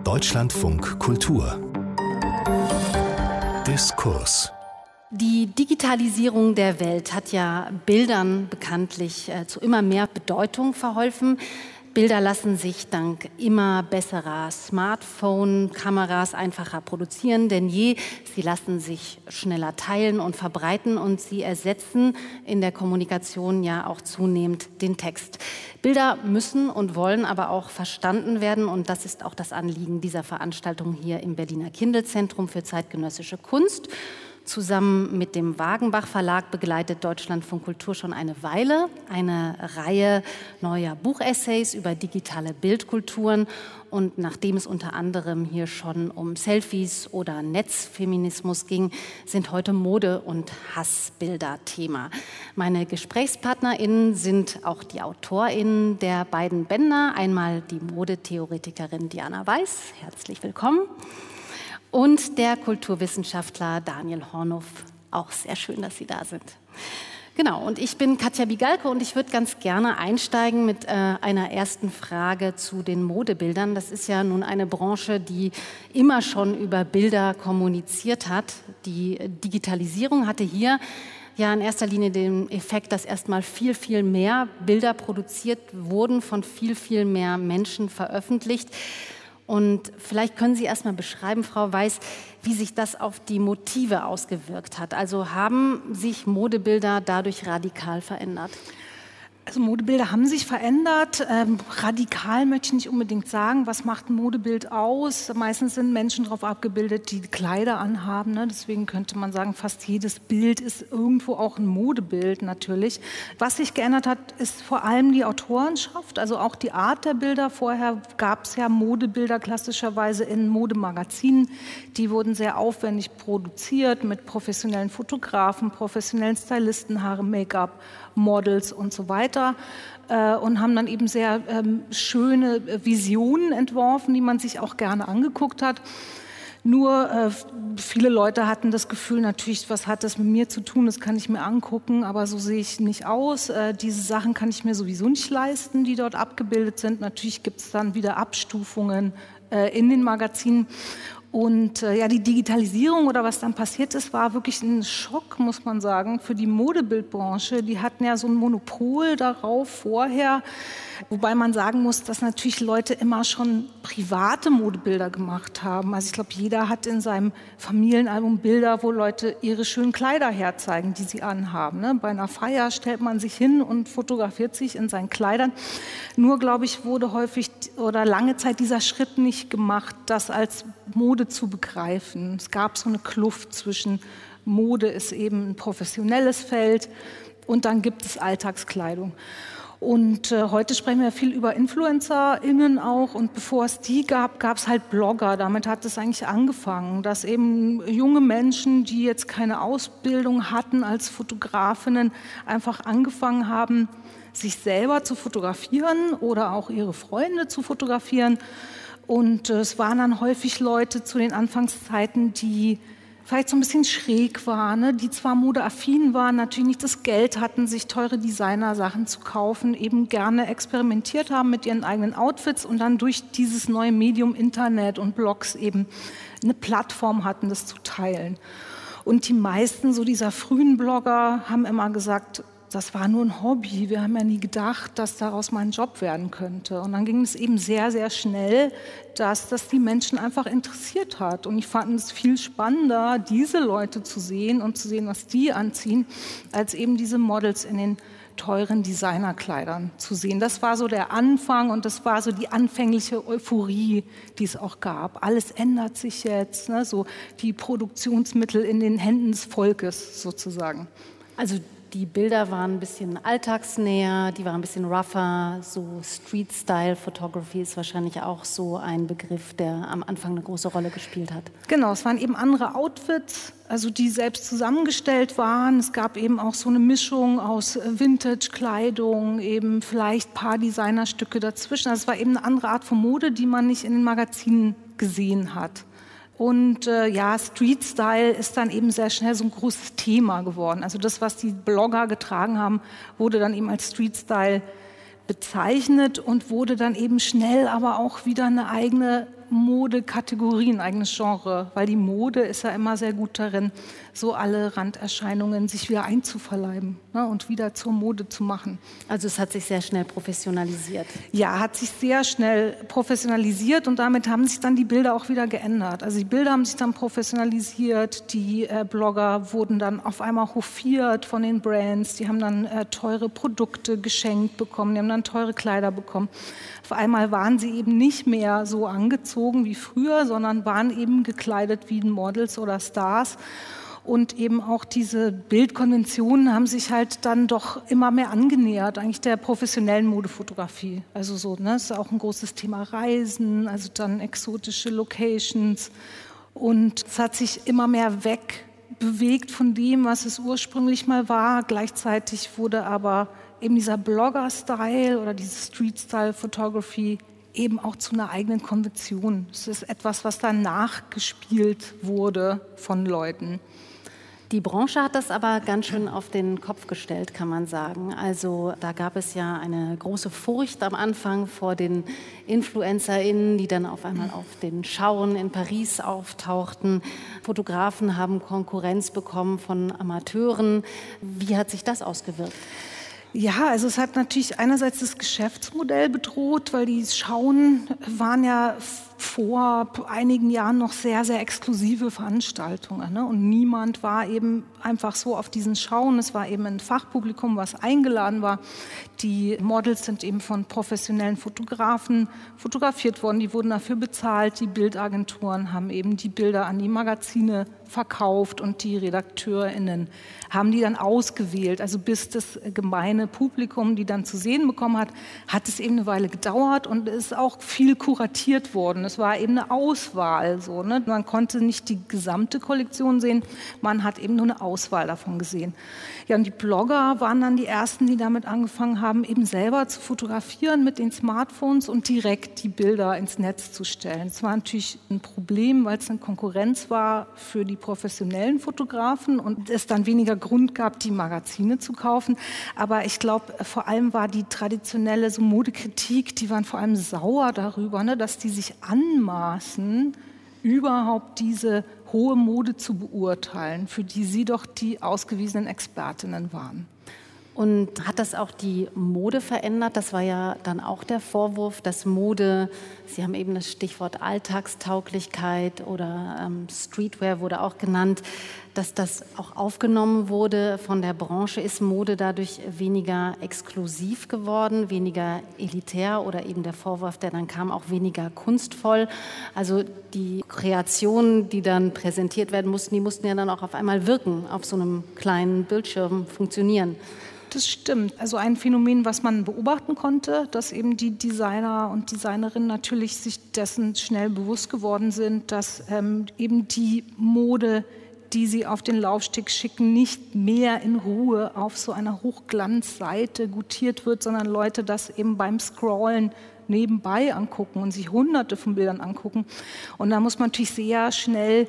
Deutschlandfunk Kultur Diskurs. Die Digitalisierung der Welt hat ja Bildern bekanntlich zu immer mehr Bedeutung verholfen. Bilder lassen sich dank immer besserer Smartphone-Kameras einfacher produzieren denn je. Sie lassen sich schneller teilen und verbreiten und sie ersetzen in der Kommunikation ja auch zunehmend den Text. Bilder müssen und wollen aber auch verstanden werden und das ist auch das Anliegen dieser Veranstaltung hier im Berliner Kindl-Zentrum für zeitgenössische Kunst. Zusammen mit dem Wagenbach Verlag begleitet Deutschlandfunk Kultur schon eine Weile eine Reihe neuer Buchessays über digitale Bildkulturen. Und nachdem es unter anderem hier schon um Selfies oder Netzfeminismus ging, sind heute Mode- und Hassbilder Thema. Meine GesprächspartnerInnen sind auch die AutorInnen der beiden Bänder. Einmal die Modetheoretikerin Diana Weiß, herzlich willkommen. Und der Kulturwissenschaftler Daniel Hornuf, auch sehr schön, dass Sie da sind. Genau, und ich bin Katja Bigalke und ich würde ganz gerne einsteigen mit einer ersten Frage zu den Modebildern. Das ist ja nun eine Branche, die immer schon über Bilder kommuniziert hat. Die Digitalisierung hatte hier ja in erster Linie den Effekt, dass erstmal viel mehr Bilder produziert wurden, von viel mehr Menschen veröffentlicht. Und vielleicht können Sie erst mal beschreiben, Frau Weiß, wie sich das auf die Motive ausgewirkt hat. Also haben sich Modebilder dadurch radikal verändert? Also Modebilder haben sich verändert. Radikal möchte ich nicht unbedingt sagen. Was macht ein Modebild aus? Meistens sind Menschen darauf abgebildet, die Kleider anhaben. Ne? Deswegen könnte man sagen, fast jedes Bild ist irgendwo auch ein Modebild natürlich. Was sich geändert hat, ist vor allem die Autorenschaft, also auch die Art der Bilder. Vorher gab es ja Modebilder klassischerweise in Modemagazinen. Die wurden sehr aufwendig produziert mit professionellen Fotografen, professionellen Stylisten, Haare, Make-up, Models und so weiter und haben dann eben sehr schöne Visionen entworfen, die man sich auch gerne angeguckt hat. Nur viele Leute hatten das Gefühl, natürlich, was hat das mit mir zu tun, das kann ich mir angucken, aber so sehe ich nicht aus. Diese Sachen kann ich mir sowieso nicht leisten, die dort abgebildet sind. Natürlich gibt es dann wieder Abstufungen in den Magazinen. Und ja, die Digitalisierung oder was dann passiert ist, war wirklich ein Schock, muss man sagen, für die Modebildbranche. Die hatten ja so ein Monopol darauf vorher, wobei man sagen muss, dass natürlich Leute immer schon private Modebilder gemacht haben. Also ich glaube, jeder hat in seinem Familienalbum Bilder, wo Leute ihre schönen Kleider herzeigen, die sie anhaben. Ne? Bei einer Feier stellt man sich hin und fotografiert sich in seinen Kleidern. Nur, glaube ich, wurde häufig oder lange Zeit dieser Schritt nicht gemacht, das als Mode zu begreifen. Es gab so eine Kluft zwischen Mode ist eben ein professionelles Feld und dann gibt es Alltagskleidung. Und heute sprechen wir viel über InfluencerInnen auch und bevor es die gab, gab es halt Blogger. Damit hat es eigentlich angefangen, dass eben junge Menschen, die jetzt keine Ausbildung hatten als Fotografinnen, einfach angefangen haben, sich selber zu fotografieren oder auch ihre Freunde zu fotografieren. Und es waren dann häufig Leute zu den Anfangszeiten, die vielleicht so ein bisschen schräg waren, ne? Die zwar modeaffin waren, natürlich nicht das Geld hatten, sich teure Designersachen zu kaufen, eben gerne experimentiert haben mit ihren eigenen Outfits und dann durch dieses neue Medium Internet und Blogs eben eine Plattform hatten, das zu teilen. Und die meisten so dieser frühen Blogger haben immer gesagt, das war nur ein Hobby. Wir haben ja nie gedacht, dass daraus mein Job werden könnte. Und dann ging es eben sehr schnell, dass das die Menschen einfach interessiert hat. Und ich fand es viel spannender, diese Leute zu sehen und zu sehen, was die anziehen, als eben diese Models in den teuren Designerkleidern zu sehen. Das war so der Anfang und das war so die anfängliche Euphorie, die es auch gab. Alles ändert sich jetzt, ne? So die Produktionsmittel in den Händen des Volkes sozusagen. Also die Bilder waren ein bisschen alltagsnäher, die waren ein bisschen rougher, so Street-Style-Photography ist wahrscheinlich auch so ein Begriff, der am Anfang eine große Rolle gespielt hat. Genau, es waren eben andere Outfits, also die selbst zusammengestellt waren. Es gab eben auch so eine Mischung aus Vintage-Kleidung, eben vielleicht ein paar Designerstücke dazwischen. Also es war eben eine andere Art von Mode, die man nicht in den Magazinen gesehen hat. Und ja, Street-Style ist dann eben sehr schnell so ein großes Thema geworden. Also das, was die Blogger getragen haben, wurde dann eben als Street-Style bezeichnet und wurde dann eben schnell aber auch wieder eine eigene Modekategorie, ein eigenes Genre, weil die Mode ist ja immer sehr gut darin, so alle Randerscheinungen sich wieder einzuverleiben, ne, und wieder zur Mode zu machen. Also es hat sich sehr schnell professionalisiert. Ja, hat sich sehr schnell professionalisiert und damit haben sich dann die Bilder auch wieder geändert. Also die Bilder haben sich dann professionalisiert, die Blogger wurden dann auf einmal hofiert von den Brands, die haben dann teure Produkte geschenkt bekommen, die haben dann teure Kleider bekommen. Auf einmal waren sie eben nicht mehr so angezogen wie früher, sondern waren eben gekleidet wie Models oder Stars. Und eben auch diese Bildkonventionen haben sich halt dann doch immer mehr angenähert, eigentlich der professionellen Modefotografie. Also so, ne, ist auch ein großes Thema Reisen, also dann exotische Locations. Und es hat sich immer mehr wegbewegt von dem, was es ursprünglich mal war. Gleichzeitig wurde aber eben dieser Blogger-Style oder diese Street-Style-Photography eben auch zu einer eigenen Konvention. Es ist etwas, was dann nachgespielt wurde von Leuten. Die Branche hat das aber ganz schön auf den Kopf gestellt, kann man sagen. Also da gab es ja eine große Furcht am Anfang vor den InfluencerInnen, die dann auf einmal auf den Schauen in Paris auftauchten. Fotografen haben Konkurrenz bekommen von Amateuren. Wie hat sich das ausgewirkt? Ja, also es hat natürlich einerseits das Geschäftsmodell bedroht, weil die Schauen waren ja vor einigen Jahren noch sehr, sehr exklusive Veranstaltungen, ne? Und niemand war eben einfach so auf diesen Schauen. Es war eben ein Fachpublikum, was eingeladen war. Die Models sind eben von professionellen Fotografen fotografiert worden. Die wurden dafür bezahlt. Die Bildagenturen haben eben die Bilder an die Magazine verkauft und die RedakteurInnen haben die dann ausgewählt. Also bis das gemeine Publikum die dann zu sehen bekommen hat, hat es eben eine Weile gedauert und es ist auch viel kuratiert worden. Es war eben eine Auswahl. So, ne? Man konnte nicht die gesamte Kollektion sehen, man hat eben nur eine Auswahl davon gesehen. Ja, und die Blogger waren dann die Ersten, die damit angefangen haben, eben selber zu fotografieren mit den Smartphones und direkt die Bilder ins Netz zu stellen. Das war natürlich ein Problem, weil es eine Konkurrenz war für die professionellen Fotografen und es dann weniger Grund gab, die Magazine zu kaufen. Aber ich glaube, vor allem war die traditionelle so Modekritik, die waren vor allem sauer darüber, ne, dass die sich anmaßen, überhaupt diese hohe Mode zu beurteilen, für die sie doch die ausgewiesenen Expertinnen waren. Und hat das auch die Mode verändert? Das war ja dann auch der Vorwurf, dass Mode, Sie haben eben das Stichwort Alltagstauglichkeit oder Streetwear wurde auch genannt, dass das auch aufgenommen wurde von der Branche. Ist Mode dadurch weniger exklusiv geworden, weniger elitär oder eben der Vorwurf, der dann kam, auch weniger kunstvoll? Also die Kreationen, die dann präsentiert werden mussten, die mussten ja dann auch auf einmal wirken, auf so einem kleinen Bildschirm funktionieren. Das stimmt. Also ein Phänomen, was man beobachten konnte, dass eben die Designer und Designerinnen natürlich sich dessen schnell bewusst geworden sind, dass eben die Mode, die sie auf den Laufsteg schicken, nicht mehr in Ruhe auf so einer Hochglanzseite gutiert wird, sondern Leute das eben beim Scrollen nebenbei angucken und sich hunderte von Bildern angucken. Und da muss man natürlich sehr schnell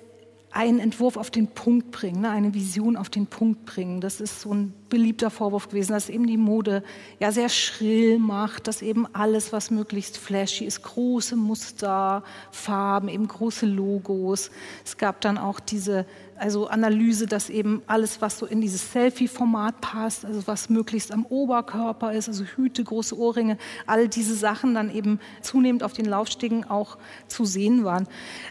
einen Entwurf auf den Punkt bringen, eine Vision auf den Punkt bringen. Das ist so ein beliebter Vorwurf gewesen, dass eben die Mode ja sehr schrill macht, dass eben alles, was möglichst flashy ist, große Muster, Farben, eben große Logos. Es gab dann auch diese Analyse, dass eben alles, was so in dieses Selfie-Format passt, also was möglichst am Oberkörper ist, also Hüte, große Ohrringe, all diese Sachen dann eben zunehmend auf den Laufstegen auch zu sehen waren.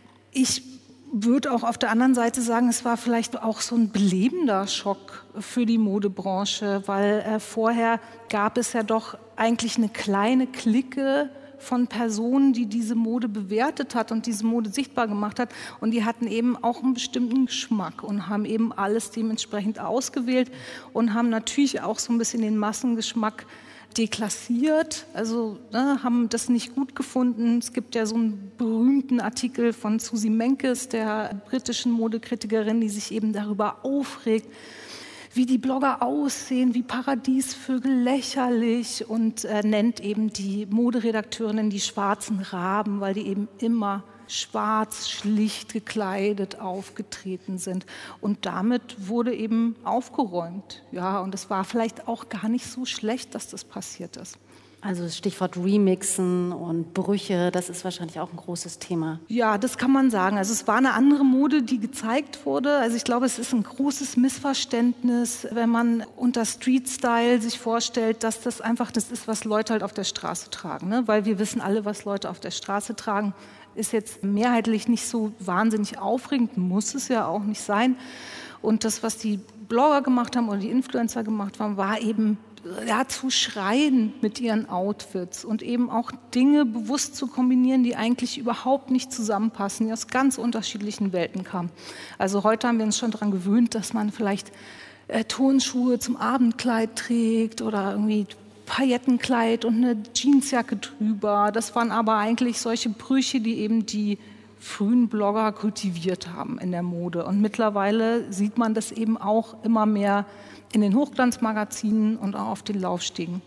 Ich würde auch auf der anderen Seite sagen, es war vielleicht auch so ein belebender Schock für die Modebranche, weil vorher gab es ja doch eigentlich eine kleine Clique von Personen, die diese Mode bewertet hat und diese Mode sichtbar gemacht hat. Und die hatten eben auch einen bestimmten Geschmack und haben eben alles dementsprechend ausgewählt und haben natürlich auch so ein bisschen den Massengeschmack deklassiert, also haben das nicht gut gefunden. Es gibt ja so einen berühmten Artikel von Susie Menkes, der britischen Modekritikerin, die sich eben darüber aufregt, wie die Blogger aussehen, wie Paradiesvögel, lächerlich, und nennt eben die Moderedakteurinnen die schwarzen Raben, weil die eben immer schwarz, schlicht gekleidet aufgetreten sind. Und damit wurde eben aufgeräumt. Ja, und es war vielleicht auch gar nicht so schlecht, dass das passiert ist. Also Stichwort Remixen und Brüche, das ist wahrscheinlich auch ein großes Thema. Ja, das kann man sagen. Also es war eine andere Mode, die gezeigt wurde. Also ich glaube, es ist ein großes Missverständnis, wenn man unter Street Style sich vorstellt, dass das einfach das ist, was Leute halt auf der Straße tragen. Ne? Weil wir wissen alle, was Leute auf der Straße tragen, ist jetzt mehrheitlich nicht so wahnsinnig aufregend, muss es ja auch nicht sein. Und das, was die Blogger gemacht haben oder die Influencer gemacht haben, war eben zu schreien mit ihren Outfits und eben auch Dinge bewusst zu kombinieren, die eigentlich überhaupt nicht zusammenpassen, die aus ganz unterschiedlichen Welten kamen. Also heute haben wir uns schon daran gewöhnt, dass man vielleicht Turnschuhe zum Abendkleid trägt oder irgendwie Paillettenkleid und eine Jeansjacke drüber. Das waren aber eigentlich solche Brüche, die eben die frühen Blogger kultiviert haben in der Mode. Und mittlerweile sieht man das eben auch immer mehr in den Hochglanzmagazinen und auch auf den Laufstegen.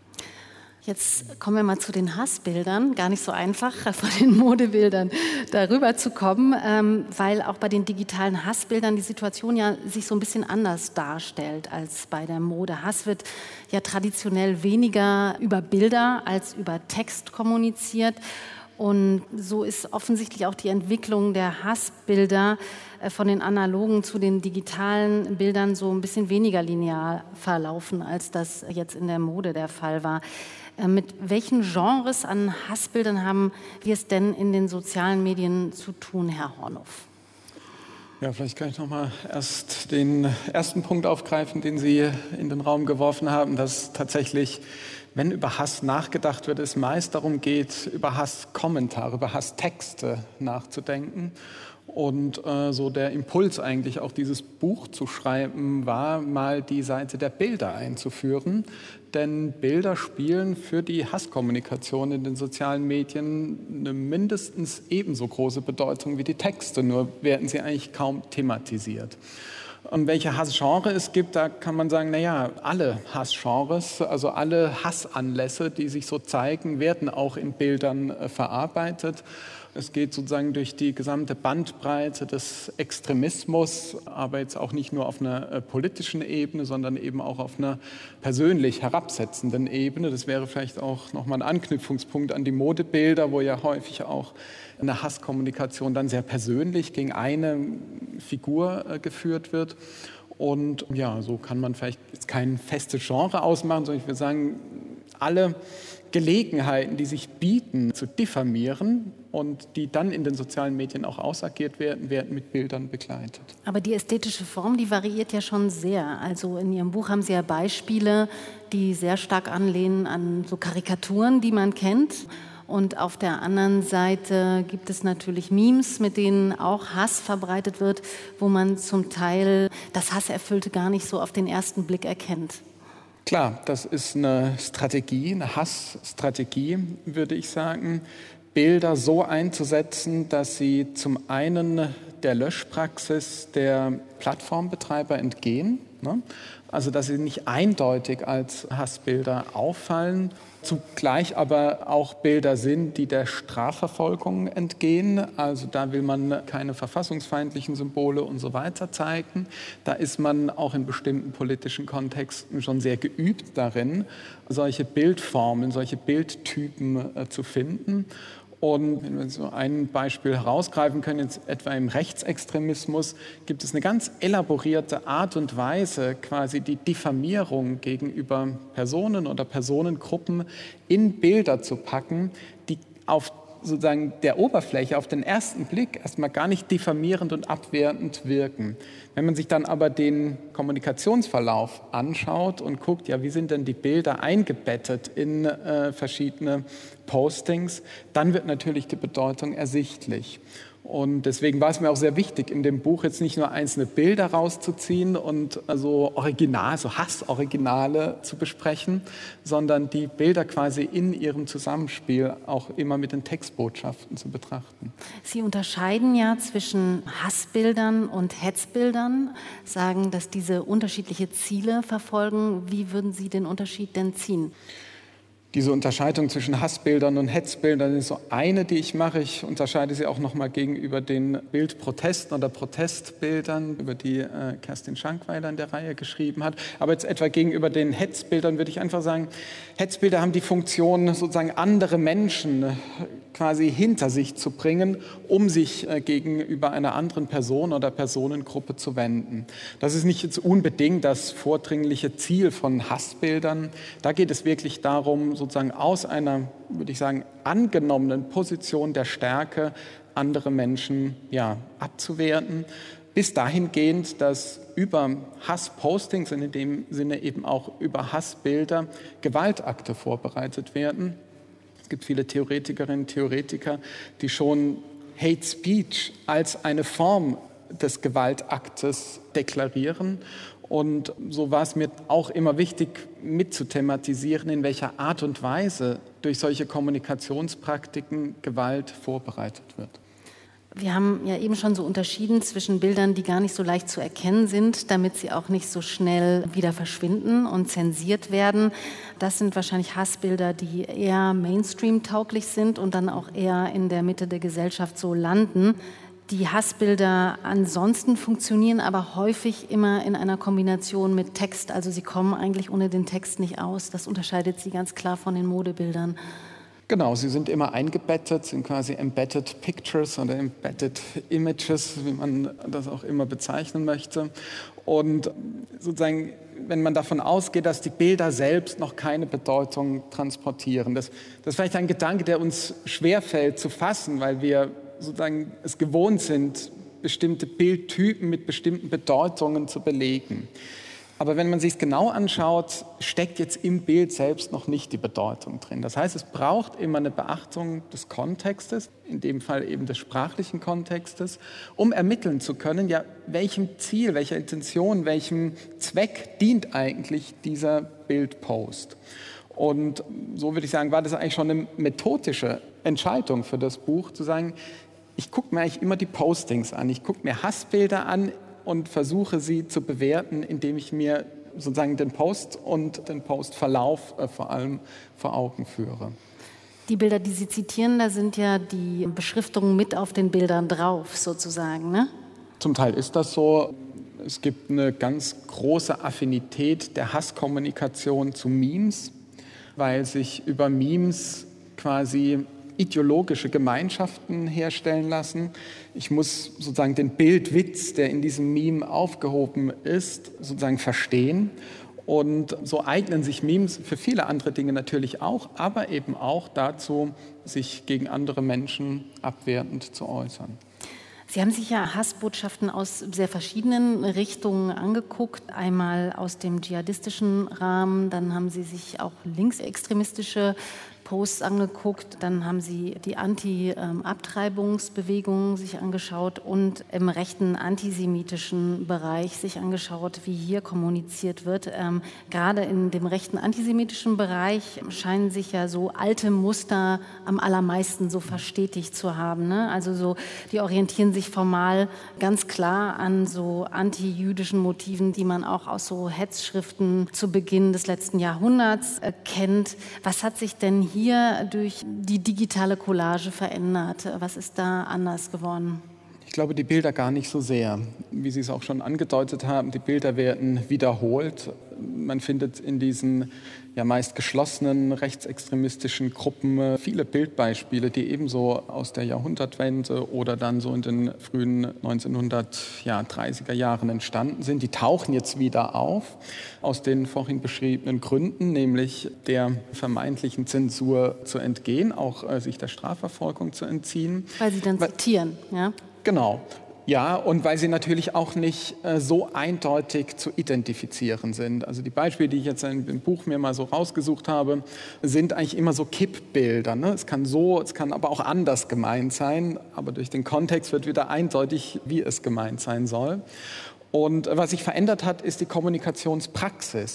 Jetzt kommen wir mal zu den Hassbildern. Gar nicht so einfach, von den Modebildern darüber zu kommen, weil auch bei den digitalen Hassbildern die Situation ja sich so ein bisschen anders darstellt als bei der Mode. Hass wird ja traditionell weniger über Bilder als über Text kommuniziert. Und so ist offensichtlich auch die Entwicklung der Hassbilder von den analogen zu den digitalen Bildern so ein bisschen weniger linear verlaufen, als das jetzt in der Mode der Fall war. Mit welchen Genres an Hassbildern haben wir es denn in den sozialen Medien zu tun, Herr Hornhof? Ja, vielleicht kann ich noch mal erst den ersten Punkt aufgreifen, den Sie in den Raum geworfen haben, dass tatsächlich, wenn über Hass nachgedacht wird, es meist darum geht, über Hasskommentare, über Hasstexte nachzudenken. Und so der Impuls eigentlich auch dieses Buch zu schreiben war, mal die Seite der Bilder einzuführen. Denn Bilder spielen für die Hasskommunikation in den sozialen Medien eine mindestens ebenso große Bedeutung wie die Texte, nur werden sie eigentlich kaum thematisiert. Und welche Hassgenre es gibt, da kann man sagen, naja, alle Hassgenres, also alle Hassanlässe, die sich so zeigen, werden auch in Bildern verarbeitet. Es geht sozusagen durch die gesamte Bandbreite des Extremismus, aber jetzt auch nicht nur auf einer politischen Ebene, sondern eben auch auf einer persönlich herabsetzenden Ebene. Das wäre vielleicht auch nochmal ein Anknüpfungspunkt an die Modebilder, wo ja häufig auch eine Hasskommunikation dann sehr persönlich gegen eine Figur geführt wird. Und ja, so kann man vielleicht jetzt kein festes Genre ausmachen, sondern ich würde sagen, alle Gelegenheiten, die sich bieten, zu diffamieren und die dann in den sozialen Medien auch ausagiert werden, werden mit Bildern begleitet. Aber die ästhetische Form, die variiert ja schon sehr. Also in Ihrem Buch haben Sie ja Beispiele, die sehr stark anlehnen an so Karikaturen, die man kennt. Und auf der anderen Seite gibt es natürlich Memes, mit denen auch Hass verbreitet wird, wo man zum Teil das Hasserfüllte gar nicht so auf den ersten Blick erkennt. Klar, das ist eine Strategie, eine Hassstrategie, würde ich sagen, Bilder so einzusetzen, dass sie zum einen der Löschpraxis der Plattformbetreiber entgehen, ne? Also dass sie nicht eindeutig als Hassbilder auffallen, zugleich aber auch Bilder sind, die der Strafverfolgung entgehen. Also da will man keine verfassungsfeindlichen Symbole und so weiter zeigen. Da ist man auch in bestimmten politischen Kontexten schon sehr geübt darin, solche Bildformen, solche Bildtypen zu finden. Und wenn wir so ein Beispiel herausgreifen können, jetzt etwa im Rechtsextremismus, gibt es eine ganz elaborierte Art und Weise, quasi die Diffamierung gegenüber Personen oder Personengruppen in Bilder zu packen, die auf sozusagen der Oberfläche, auf den ersten Blick erstmal gar nicht diffamierend und abwertend wirken. Wenn man sich dann aber den Kommunikationsverlauf anschaut und guckt, ja, wie sind denn die Bilder eingebettet in verschiedene Postings, dann wird natürlich die Bedeutung ersichtlich. Und deswegen war es mir auch sehr wichtig, in dem Buch jetzt nicht nur einzelne Bilder rauszuziehen und so Hassoriginale zu besprechen, sondern die Bilder quasi in ihrem Zusammenspiel auch immer mit den Textbotschaften zu betrachten. Sie unterscheiden ja zwischen Hassbildern und Hetzbildern, sagen, dass diese unterschiedliche Ziele verfolgen. Wie würden Sie den Unterschied denn ziehen? Diese Unterscheidung zwischen Hassbildern und Hetzbildern ist so eine, die ich mache. Ich unterscheide sie auch nochmal gegenüber den Bildprotesten oder Protestbildern, über die Kerstin Schankweiler in der Reihe geschrieben hat. Aber jetzt etwa gegenüber den Hetzbildern würde ich einfach sagen, Hetzbilder haben die Funktion, sozusagen andere Menschen quasi hinter sich zu bringen, um sich gegenüber einer anderen Person oder Personengruppe zu wenden. Das ist nicht jetzt unbedingt das vordringliche Ziel von Hassbildern. Da geht es wirklich darum, sozusagen aus einer, würde ich sagen, angenommenen Position der Stärke andere Menschen abzuwerten, bis dahingehend, dass über Hasspostings, in dem Sinne eben auch über Hassbilder, Gewaltakte vorbereitet werden. Es gibt viele Theoretikerinnen und Theoretiker, die schon Hate Speech als eine Form des Gewaltaktes deklarieren. Und so war es mir auch immer wichtig, mitzuthematisieren, in welcher Art und Weise durch solche Kommunikationspraktiken Gewalt vorbereitet wird. Wir haben ja eben schon so unterschieden zwischen Bildern, die gar nicht so leicht zu erkennen sind, damit sie auch nicht so schnell wieder verschwinden und zensiert werden. Das sind wahrscheinlich Hassbilder, die eher Mainstream-tauglich sind und dann auch eher in der Mitte der Gesellschaft so landen. Die Hassbilder ansonsten funktionieren aber häufig immer in einer Kombination mit Text. Also sie kommen eigentlich ohne den Text nicht aus. Das unterscheidet sie ganz klar von den Modebildern. Genau, sie sind immer eingebettet, sind quasi embedded pictures oder embedded images, wie man das auch immer bezeichnen möchte. Und sozusagen, wenn man davon ausgeht, dass die Bilder selbst noch keine Bedeutung transportieren, das ist vielleicht ein Gedanke, der uns schwerfällt zu fassen, weil wir sozusagen es gewohnt sind, bestimmte Bildtypen mit bestimmten Bedeutungen zu belegen. Aber wenn man sich es genau anschaut, steckt jetzt im Bild selbst noch nicht die Bedeutung drin. Das heißt, es braucht immer eine Beachtung des Kontextes, in dem Fall eben des sprachlichen Kontextes, um ermitteln zu können, ja, welchem Ziel, welcher Intention, welchem Zweck dient eigentlich dieser Bildpost. Und so würde ich sagen, war das eigentlich schon eine methodische Entscheidung für das Buch, zu sagen, ich gucke mir eigentlich immer die Postings an, ich gucke mir Hassbilder an und versuche sie zu bewerten, indem ich mir sozusagen den Post und den Postverlauf vor allem vor Augen führe. Die Bilder, die Sie zitieren, da sind ja die Beschriftungen mit auf den Bildern drauf, sozusagen, ne? Zum Teil ist das so. Es gibt eine ganz große Affinität der Hasskommunikation zu Memes, weil sich über Memes quasi ideologische Gemeinschaften herstellen lassen. Ich muss sozusagen den Bildwitz, der in diesem Meme aufgehoben ist, sozusagen verstehen. Und so eignen sich Memes für viele andere Dinge natürlich auch, aber eben auch dazu, sich gegen andere Menschen abwertend zu äußern. Sie haben sich ja Hassbotschaften aus sehr verschiedenen Richtungen angeguckt. Einmal aus dem dschihadistischen Rahmen, dann haben Sie sich auch linksextremistische Posts angeguckt, dann haben Sie die Anti-Abtreibungsbewegung sich angeschaut und im rechten antisemitischen Bereich sich angeschaut, wie hier kommuniziert wird. Gerade in dem rechten antisemitischen Bereich scheinen sich ja so alte Muster am allermeisten so verstetigt zu haben, ne? Also so, die orientieren sich formal ganz klar an so antijüdischen Motiven, die man auch aus so Hetzschriften zu Beginn des letzten Jahrhunderts kennt. Was hat sich denn hier durch die digitale Collage verändert? Was ist da anders geworden? Ich glaube, die Bilder gar nicht so sehr. Wie Sie es auch schon angedeutet haben, die Bilder werden wiederholt. Man findet in diesen ja meist geschlossenen rechtsextremistischen Gruppen viele Bildbeispiele, die ebenso aus der Jahrhundertwende oder dann so in den frühen 1930er Jahren entstanden sind. Die tauchen jetzt wieder auf, aus den vorhin beschriebenen Gründen, nämlich der vermeintlichen Zensur zu entgehen, auch sich der Strafverfolgung zu entziehen. Weil sie dann zitieren, ja? Genau. Ja, und weil sie natürlich auch nicht so eindeutig zu identifizieren sind. Also die Beispiele, die ich jetzt im Buch mir mal so rausgesucht habe, sind eigentlich immer so Kippbilder, ne? Es kann so, es kann aber auch anders gemeint sein, aber durch den Kontext wird wieder eindeutig, wie es gemeint sein soll. Und was sich verändert hat, ist die Kommunikationspraxis.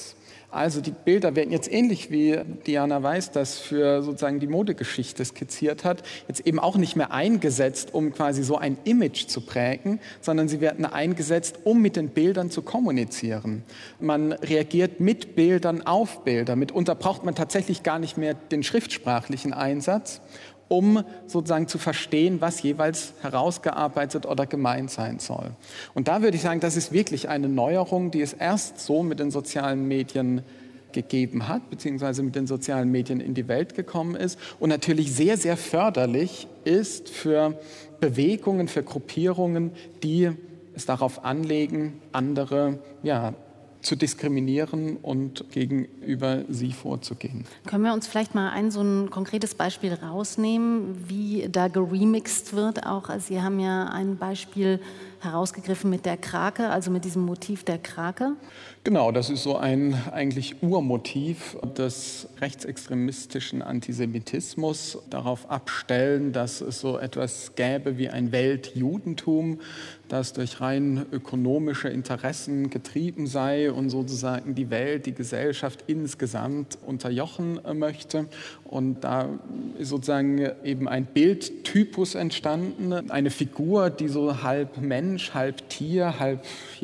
Also die Bilder werden jetzt ähnlich wie Diana Weiss das für sozusagen die Modegeschichte skizziert hat, jetzt eben auch nicht mehr eingesetzt, um quasi so ein Image zu prägen, sondern sie werden eingesetzt, um mit den Bildern zu kommunizieren. Man reagiert mit Bildern auf Bilder. Mitunter braucht man tatsächlich gar nicht mehr den schriftsprachlichen Einsatz, um sozusagen zu verstehen, was jeweils herausgearbeitet oder gemeint sein soll. Und da würde ich sagen, das ist wirklich eine Neuerung, die es erst so mit den sozialen Medien gegeben hat, beziehungsweise mit den sozialen Medien in die Welt gekommen ist und natürlich sehr, sehr förderlich ist für Bewegungen, für Gruppierungen, die es darauf anlegen, andere zu diskriminieren und gegenüber sie vorzugehen. Können wir uns vielleicht mal so ein konkretes Beispiel rausnehmen, wie da geremixed wird? Auch Sie haben ja ein Beispiel herausgegriffen mit der Krake, also mit diesem Motiv der Krake. Genau, das ist so ein eigentlich Urmotiv des rechtsextremistischen Antisemitismus, darauf abstellen, dass es so etwas gäbe wie ein Weltjudentum, das durch rein ökonomische Interessen getrieben sei und sozusagen die Welt, die Gesellschaft insgesamt unterjochen möchte. Und da ist sozusagen eben ein Bildtypus entstanden, eine Figur, die so halb Mensch, halb Tier, halb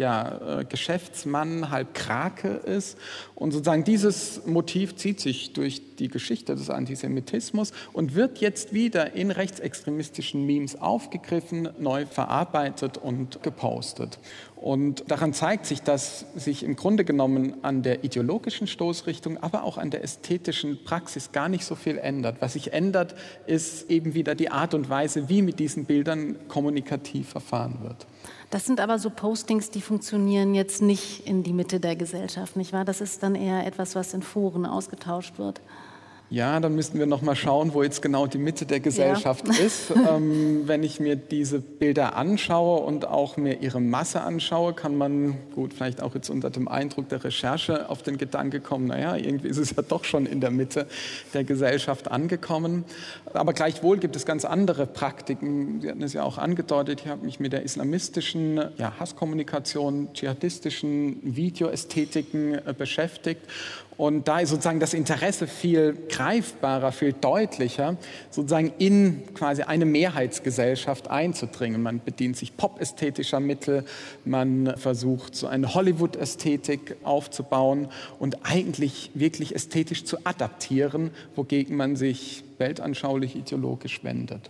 Geschäftsmann, halb Krake ist. Und sozusagen dieses Motiv zieht sich durch die Geschichte des Antisemitismus und wird jetzt wieder in rechtsextremistischen Memes aufgegriffen, neu verarbeitet und gepostet. Und daran zeigt sich, dass sich im Grunde genommen an der ideologischen Stoßrichtung, aber auch an der ästhetischen Praxis gar nicht so viel ändert. Was sich ändert, ist eben wieder die Art und Weise, wie mit diesen Bildern kommunikativ verfahren wird. Das sind aber so Postings, die funktionieren jetzt nicht in die Mitte der Gesellschaft, nicht wahr? Das ist dann eher etwas, was in Foren ausgetauscht wird. Ja, dann müssten wir noch mal schauen, wo jetzt genau die Mitte der Gesellschaft ist. Wenn ich mir diese Bilder anschaue und auch mir ihre Masse anschaue, kann man, gut, vielleicht auch jetzt unter dem Eindruck der Recherche auf den Gedanke kommen, naja, irgendwie ist es ja doch schon in der Mitte der Gesellschaft angekommen. Aber gleichwohl gibt es ganz andere Praktiken. Sie hatten es ja auch angedeutet, ich habe mich mit der islamistischen Hasskommunikation, dschihadistischen Videoästhetiken beschäftigt. Und da ist sozusagen das Interesse viel greifbarer, viel deutlicher, sozusagen in quasi eine Mehrheitsgesellschaft einzudringen. Man bedient sich pop-ästhetischer Mittel, man versucht, so eine Hollywood-Ästhetik aufzubauen und eigentlich wirklich ästhetisch zu adaptieren, wogegen man sich weltanschaulich, ideologisch wendet.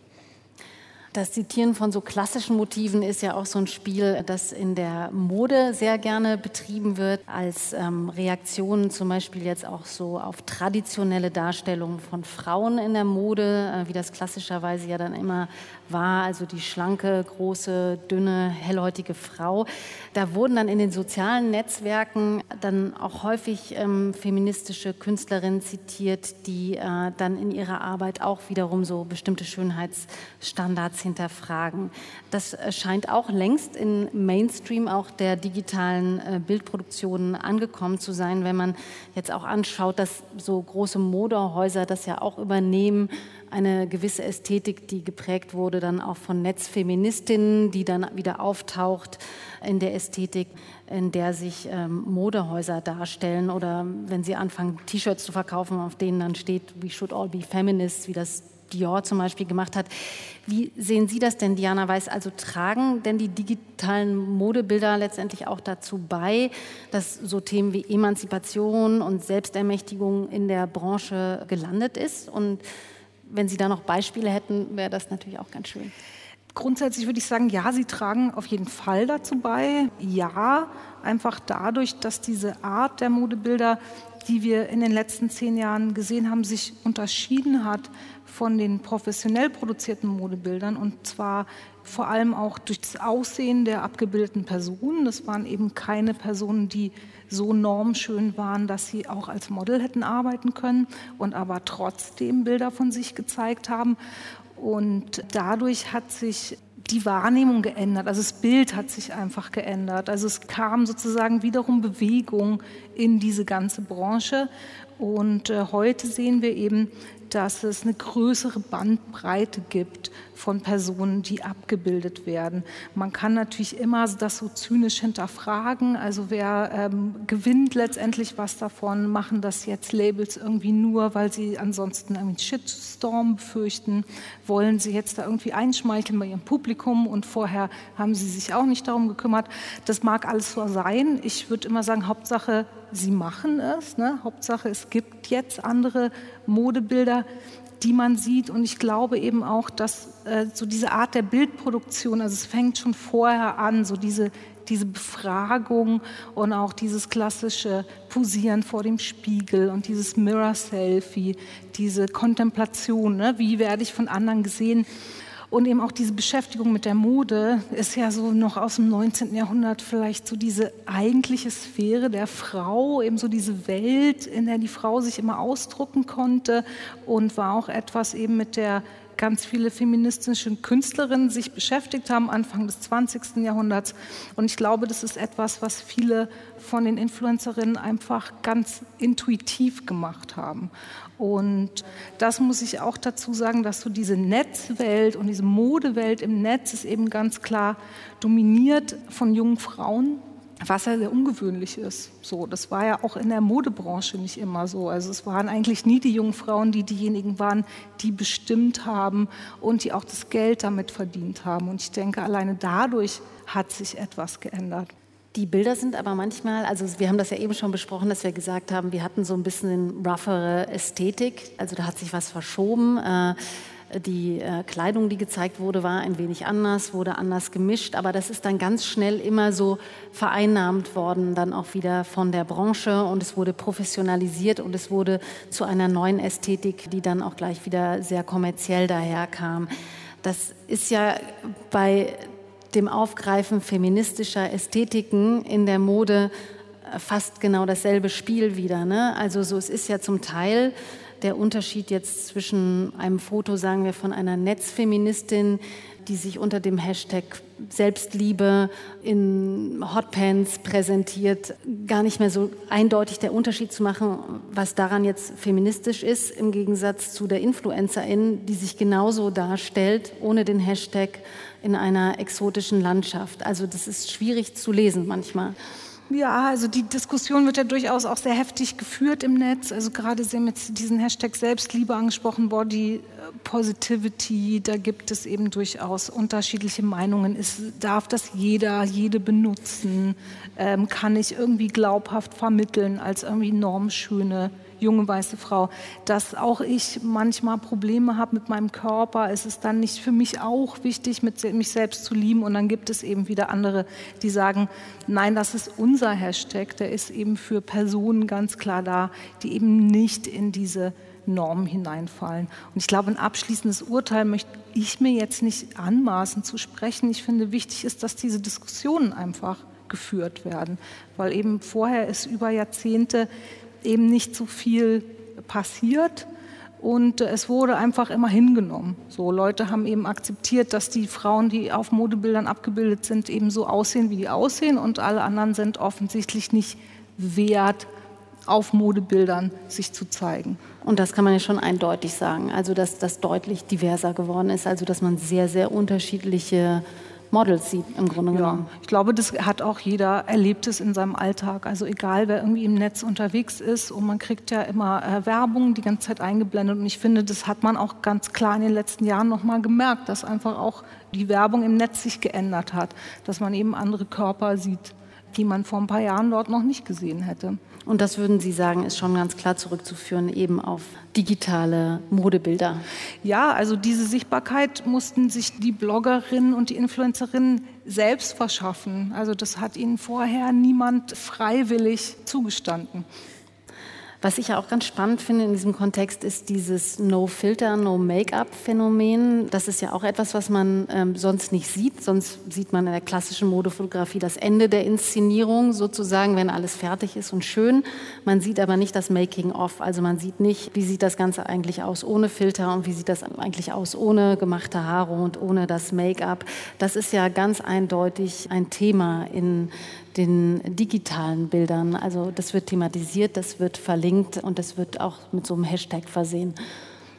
Das Zitieren von so klassischen Motiven ist ja auch so ein Spiel, das in der Mode sehr gerne betrieben wird, als Reaktion zum Beispiel jetzt auch so auf traditionelle Darstellungen von Frauen in der Mode, wie das klassischerweise ja dann immer war, also die schlanke, große, dünne, hellhäutige Frau. Da wurden dann in den sozialen Netzwerken dann auch häufig feministische Künstlerinnen zitiert, die dann in ihrer Arbeit auch wiederum so bestimmte Schönheitsstandards hinterfragen. Das scheint auch längst im Mainstream auch der digitalen Bildproduktionen angekommen zu sein, wenn man jetzt auch anschaut, dass so große Modehäuser das ja auch übernehmen, eine gewisse Ästhetik, die geprägt wurde dann auch von Netzfeministinnen, die dann wieder auftaucht in der Ästhetik, in der sich Modehäuser darstellen oder wenn sie anfangen, T-Shirts zu verkaufen, auf denen dann steht, we should all be feminists, wie das Dior zum Beispiel gemacht hat. Wie sehen Sie das denn, Diana Weiss? Also tragen denn die digitalen Modebilder letztendlich auch dazu bei, dass so Themen wie Emanzipation und Selbstermächtigung in der Branche gelandet ist? Und wenn Sie da noch Beispiele hätten, wäre das natürlich auch ganz schön. Grundsätzlich würde ich sagen, ja, sie tragen auf jeden Fall dazu bei. Ja, einfach dadurch, dass diese Art der Modebilder, die wir in den letzten 10 Jahren gesehen haben, sich unterschieden hat von den professionell produzierten Modebildern und zwar vor allem auch durch das Aussehen der abgebildeten Personen. Das waren eben keine Personen, die so normschön waren, dass sie auch als Model hätten arbeiten können und aber trotzdem Bilder von sich gezeigt haben. Und dadurch hat sich die Wahrnehmung geändert, also das Bild hat sich einfach geändert. Also es kam sozusagen wiederum Bewegung in diese ganze Branche. Und heute sehen wir eben, dass es eine größere Bandbreite gibt von Personen, die abgebildet werden. Man kann natürlich immer das so zynisch hinterfragen, also wer gewinnt letztendlich was davon, machen das jetzt Labels irgendwie nur, weil sie ansonsten einen Shitstorm befürchten, wollen sie jetzt da irgendwie einschmeicheln bei ihrem Publikum und vorher haben sie sich auch nicht darum gekümmert. Das mag alles so sein. Ich würde immer sagen, Hauptsache, sie machen es, ne? Hauptsache, es gibt jetzt andere Modebilder, die man sieht. Und ich glaube eben auch, dass so diese Art der Bildproduktion, also es fängt schon vorher an, so diese Befragung und auch dieses klassische Posieren vor dem Spiegel und dieses Mirror-Selfie, diese Kontemplation, ne? Wie werde ich von anderen gesehen? Und eben auch diese Beschäftigung mit der Mode ist ja so noch aus dem 19. Jahrhundert vielleicht so diese eigentliche Sphäre der Frau, eben so diese Welt, in der die Frau sich immer ausdrucken konnte und war auch etwas eben mit der ganz viele feministische Künstlerinnen sich beschäftigt haben, Anfang des 20. Jahrhunderts. Und ich glaube, das ist etwas, was viele von den Influencerinnen einfach ganz intuitiv gemacht haben. Und das muss ich auch dazu sagen, dass so diese Netzwelt und diese Modewelt im Netz ist eben ganz klar dominiert von jungen Frauen, was ja sehr ungewöhnlich ist. So, das war ja auch in der Modebranche nicht immer so. Also es waren eigentlich nie die jungen Frauen, die diejenigen waren, die bestimmt haben und die auch das Geld damit verdient haben. Und ich denke, alleine dadurch hat sich etwas geändert. Die Bilder sind aber manchmal, also wir haben das ja eben schon besprochen, dass wir gesagt haben, wir hatten so ein bisschen eine roughere Ästhetik, also da hat sich was verschoben. Die Kleidung, die gezeigt wurde, war ein wenig anders, wurde anders gemischt, aber das ist dann ganz schnell immer so vereinnahmt worden, dann auch wieder von der Branche und es wurde professionalisiert und es wurde zu einer neuen Ästhetik, die dann auch gleich wieder sehr kommerziell daherkam. Das ist ja bei dem Aufgreifen feministischer Ästhetiken in der Mode fast genau dasselbe Spiel wieder, ne? Also so, es ist ja zum Teil der Unterschied jetzt zwischen einem Foto, sagen wir, von einer Netzfeministin, die sich unter dem Hashtag Selbstliebe in Hotpants präsentiert, gar nicht mehr so eindeutig der Unterschied zu machen, was daran jetzt feministisch ist, im Gegensatz zu der Influencerin, die sich genauso darstellt, ohne den Hashtag in einer exotischen Landschaft. Also das ist schwierig zu lesen manchmal. Ja, also die Diskussion wird ja durchaus auch sehr heftig geführt im Netz. Also gerade Sie haben jetzt diesen Hashtag Selbstliebe angesprochen, Body Positivity, da gibt es eben durchaus unterschiedliche Meinungen. Darf das jede benutzen? Kann ich irgendwie glaubhaft vermitteln als irgendwie normschöne junge weiße Frau, dass auch ich manchmal Probleme habe mit meinem Körper. Es ist dann nicht für mich auch wichtig, mich selbst zu lieben. Und dann gibt es eben wieder andere, die sagen, nein, das ist unser Hashtag, der ist eben für Personen ganz klar da, die eben nicht in diese Normen hineinfallen. Und ich glaube, ein abschließendes Urteil möchte ich mir jetzt nicht anmaßen zu sprechen. Ich finde, wichtig ist, dass diese Diskussionen einfach geführt werden, weil eben vorher ist über Jahrzehnte eben nicht so viel passiert und es wurde einfach immer hingenommen. So, Leute haben eben akzeptiert, dass die Frauen, die auf Modebildern abgebildet sind, eben so aussehen, wie die aussehen und alle anderen sind offensichtlich nicht wert, auf Modebildern sich zu zeigen. Und das kann man ja schon eindeutig sagen, also dass das deutlich diverser geworden ist, also dass man sehr, sehr unterschiedliche Models sieht im Grunde genommen. Ja, ich glaube, das hat auch jeder erlebt es in seinem Alltag. Also egal, wer irgendwie im Netz unterwegs ist und man kriegt ja immer Werbung die ganze Zeit eingeblendet und ich finde, das hat man auch ganz klar in den letzten Jahren nochmal gemerkt, dass einfach auch die Werbung im Netz sich geändert hat, dass man eben andere Körper sieht, die man vor ein paar Jahren dort noch nicht gesehen hätte. Und das würden Sie sagen, ist schon ganz klar zurückzuführen eben auf digitale Modebilder? Ja, also diese Sichtbarkeit mussten sich die Bloggerinnen und die Influencerinnen selbst verschaffen. Also das hat ihnen vorher niemand freiwillig zugestanden. Was ich ja auch ganz spannend finde in diesem Kontext ist dieses No-Filter, No-Make-up-Phänomen. Das ist ja auch etwas, was man sonst nicht sieht. Sonst sieht man in der klassischen Modefotografie das Ende der Inszenierung sozusagen, wenn alles fertig ist und schön. Man sieht aber nicht das Making-of. Also man sieht nicht, wie sieht das Ganze eigentlich aus ohne Filter und wie sieht das eigentlich aus ohne gemachte Haare und ohne das Make-up. Das ist ja ganz eindeutig ein Thema in den digitalen Bildern. Also das wird thematisiert, das wird verlinkt und das wird auch mit so einem Hashtag versehen.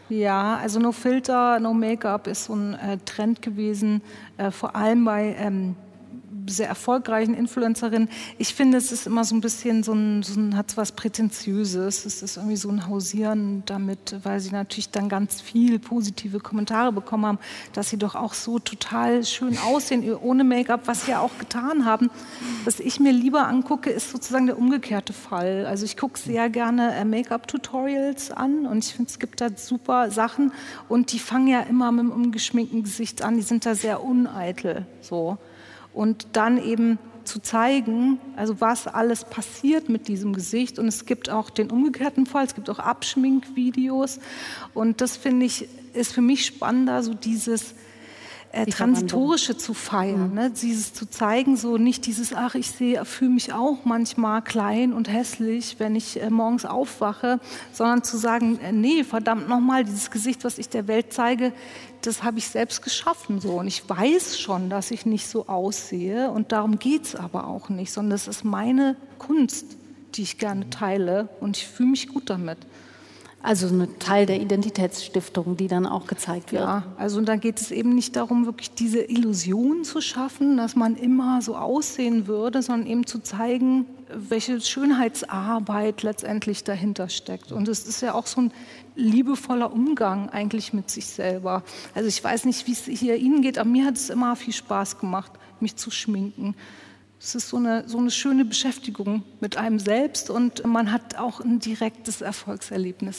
Ja, also No Filter, No Make-up ist so ein Trend gewesen, vor allem bei sehr erfolgreichen Influencerinnen. Ich finde, es ist immer so ein bisschen hat so was Prätentiöses. Es ist irgendwie so ein Hausieren damit, weil sie natürlich dann ganz viel positive Kommentare bekommen haben, dass sie doch auch so total schön aussehen ohne Make-up, was sie ja auch getan haben. Was ich mir lieber angucke, ist sozusagen der umgekehrte Fall. Also ich gucke sehr gerne Make-up-Tutorials an und ich finde, es gibt da super Sachen und die fangen ja immer mit einem ungeschminkten Gesicht an. Die sind da sehr uneitel, so. Und dann eben zu zeigen, also was alles passiert mit diesem Gesicht. Und es gibt auch den umgekehrten Fall, es gibt auch Abschminkvideos. Und das, finde ich, ist für mich spannender, so dieses Transitorische zu feiern, ne? Dieses zu zeigen, so nicht dieses, ach, fühle mich auch manchmal klein und hässlich, wenn ich morgens aufwache, sondern zu sagen, nee, verdammt nochmal, dieses Gesicht, was ich der Welt zeige, das habe ich selbst geschaffen. So. Und ich weiß schon, dass ich nicht so aussehe und darum geht es aber auch nicht, sondern das ist meine Kunst, die ich gerne teile und ich fühle mich gut damit. Also ein Teil der Identitätsstiftung, die dann auch gezeigt wird. Ja, also da geht es eben nicht darum, wirklich diese Illusion zu schaffen, dass man immer so aussehen würde, sondern eben zu zeigen, welche Schönheitsarbeit letztendlich dahinter steckt. Und es ist ja auch so ein liebevoller Umgang eigentlich mit sich selber. Also ich weiß nicht, wie es hier Ihnen geht, aber mir hat es immer viel Spaß gemacht, mich zu schminken. Es ist so eine schöne Beschäftigung mit einem selbst und man hat auch ein direktes Erfolgserlebnis.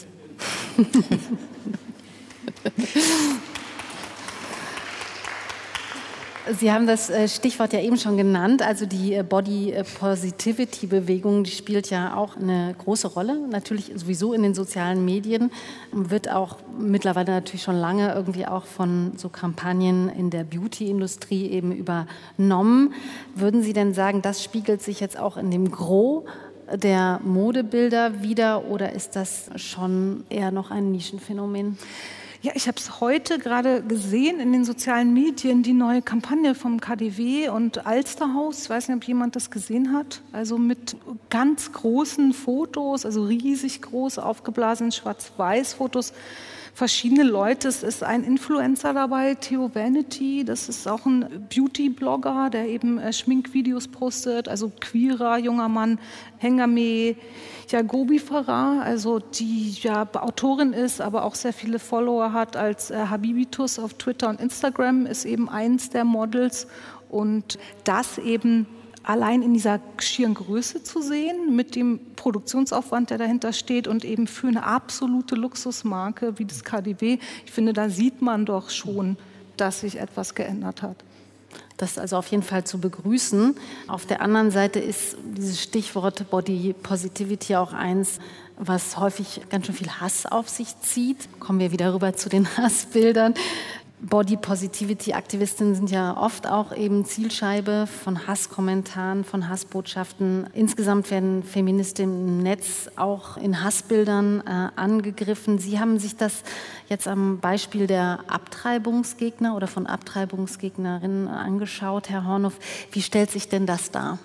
Sie haben das Stichwort ja eben schon genannt, also die Body Positivity Bewegung, die spielt ja auch eine große Rolle, natürlich sowieso in den sozialen Medien, wird auch mittlerweile natürlich schon lange irgendwie auch von so Kampagnen in der Beauty-Industrie eben übernommen. Würden Sie denn sagen, das spiegelt sich jetzt auch in dem Gros der Modebilder wider oder ist das schon eher noch ein Nischenphänomen? Ja, ich habe es heute gerade gesehen in den sozialen Medien, die neue Kampagne vom KaDeWe und Alsterhaus. Ich weiß nicht, ob jemand das gesehen hat. Also mit ganz großen Fotos, also riesig groß aufgeblasenen Schwarz-Weiß-Fotos. Verschiedene Leute, es ist ein Influencer dabei, Theo Vanity, das ist auch ein Beauty-Blogger, der eben Schminkvideos postet, also queerer junger Mann, Hengame Yagobi Farah, also die ja Autorin ist, aber auch sehr viele Follower hat als Habibitus auf Twitter und Instagram, ist eben eins der Models und das eben allein in dieser schieren Größe zu sehen, mit dem Produktionsaufwand, der dahinter steht und eben für eine absolute Luxusmarke wie das KaDeWe, ich finde, da sieht man doch schon, dass sich etwas geändert hat. Das ist also auf jeden Fall zu begrüßen. Auf der anderen Seite ist dieses Stichwort Body Positivity auch eins, was häufig ganz schön viel Hass auf sich zieht. Kommen wir wieder rüber zu den Hassbildern. Body Positivity Aktivistinnen sind ja oft auch eben Zielscheibe von Hasskommentaren, von Hassbotschaften. Insgesamt werden Feministinnen im Netz auch in Hassbildern angegriffen. Sie haben sich das jetzt am Beispiel der Abtreibungsgegner oder von Abtreibungsgegnerinnen angeschaut, Herr Hornhof. Wie stellt sich denn das dar?